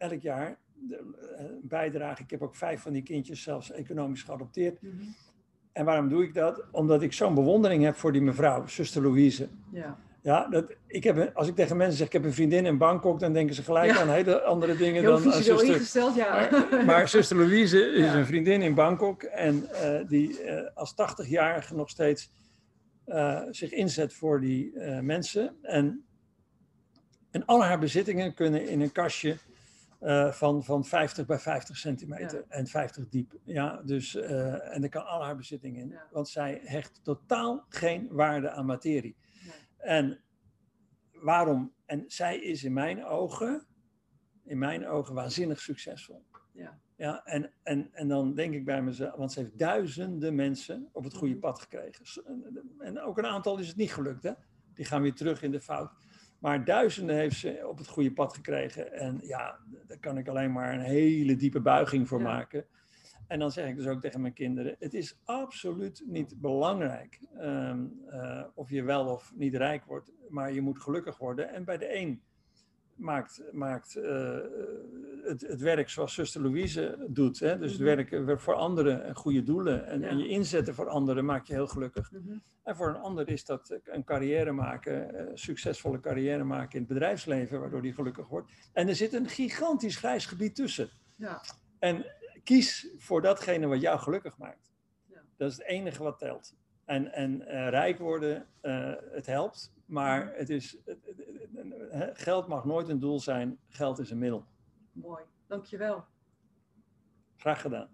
elk jaar een bijdrage. Ik heb ook vijf van die kindjes zelfs economisch geadopteerd. Mm-hmm. En waarom doe ik dat? Omdat ik zo'n bewondering heb voor die mevrouw, zuster Louise.
Ja.
Ja, dat, ik heb, als ik tegen mensen zeg, ik heb een vriendin in Bangkok, dan denken ze gelijk ja. aan hele andere dingen
Heel
dan aan zuster.
ingesteld, ja.
Maar, maar zuster Louise is ja. een vriendin in Bangkok en uh, die uh, als tachtigjarige nog steeds uh, zich inzet voor die uh, mensen. En, en al haar bezittingen kunnen in een kastje uh, van, van vijftig bij vijftig centimeter ja. en vijftig diep. Ja, dus, uh, en daar kan al haar bezittingen in, ja. want zij hecht totaal geen waarde aan materie. En waarom? En zij is in mijn ogen, in mijn ogen waanzinnig succesvol. Ja. Ja, en, en, en dan denk ik bij mezelf, want ze heeft duizenden mensen op het goede pad gekregen. En ook een aantal is het niet gelukt, hè? Die gaan weer terug in de fout. Maar duizenden heeft ze op het goede pad gekregen. En ja, daar kan ik alleen maar een hele diepe buiging voor ja. maken. En dan zeg ik dus ook tegen mijn kinderen, het is absoluut niet belangrijk um, uh, of je wel of niet rijk wordt, maar je moet gelukkig worden. En bij de een maakt, maakt uh, het, het werk zoals zuster Louise doet, hè? Dus mm-hmm. het werk voor anderen en goede doelen en, ja. en je inzetten voor anderen maakt je heel gelukkig. Mm-hmm. En voor een ander is dat een carrière maken, een succesvolle carrière maken in het bedrijfsleven, waardoor die gelukkig wordt. En er zit een gigantisch grijs gebied tussen. Ja. En kies voor datgene wat jou gelukkig maakt. Ja. Dat is het enige wat telt. En, en uh, rijk worden, uh, het helpt, maar het is, het, het, het, geld mag nooit een doel zijn, geld is een middel.
Mooi, dankjewel.
Graag gedaan.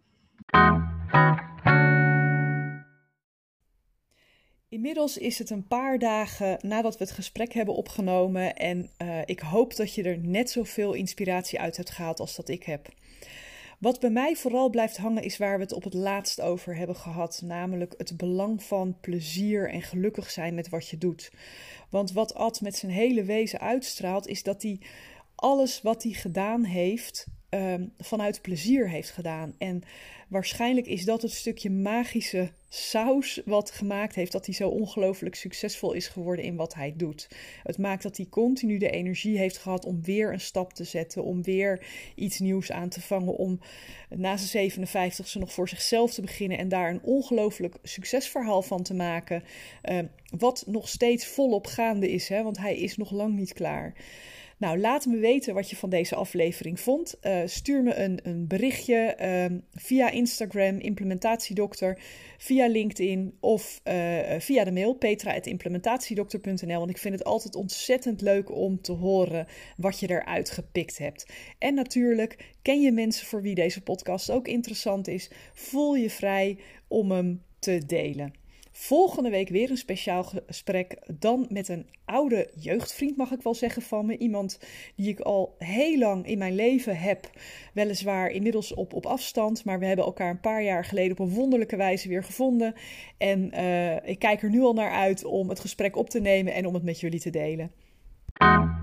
Inmiddels is het een paar dagen nadat we het gesprek hebben opgenomen en uh, ik hoop dat je er net zoveel inspiratie uit hebt gehaald als dat ik heb. Wat bij mij vooral blijft hangen is waar we het op het laatst over hebben gehad, namelijk het belang van plezier en gelukkig zijn met wat je doet. Want wat Ad met zijn hele wezen uitstraalt is dat hij alles wat hij gedaan heeft um, vanuit plezier heeft gedaan. En waarschijnlijk is dat het stukje magische saus wat gemaakt heeft dat hij zo ongelooflijk succesvol is geworden in wat hij doet. Het maakt dat hij continu de energie heeft gehad om weer een stap te zetten, om weer iets nieuws aan te vangen, om na zijn zevenenvijftigste nog voor zichzelf te beginnen en daar een ongelooflijk succesverhaal van te maken, uh, wat nog steeds volop gaande is, hè, want hij is nog lang niet klaar. Nou, laat me weten wat je van deze aflevering vond. Uh, stuur me een, een berichtje uh, via Instagram, implementatiedokter, via LinkedIn of uh, via de mail petra at implementatiedokter punt n l. Want ik vind het altijd ontzettend leuk om te horen wat je eruit gepikt hebt. En natuurlijk, ken je mensen voor wie deze podcast ook interessant is? Voel je vrij om hem te delen. Volgende week weer een speciaal gesprek, dan met een oude jeugdvriend, mag ik wel zeggen, van me. Iemand die ik al heel lang in mijn leven heb, weliswaar inmiddels op, op afstand, maar we hebben elkaar een paar jaar geleden op een wonderlijke wijze weer gevonden. En uh, ik kijk er nu al naar uit om het gesprek op te nemen en om het met jullie te delen.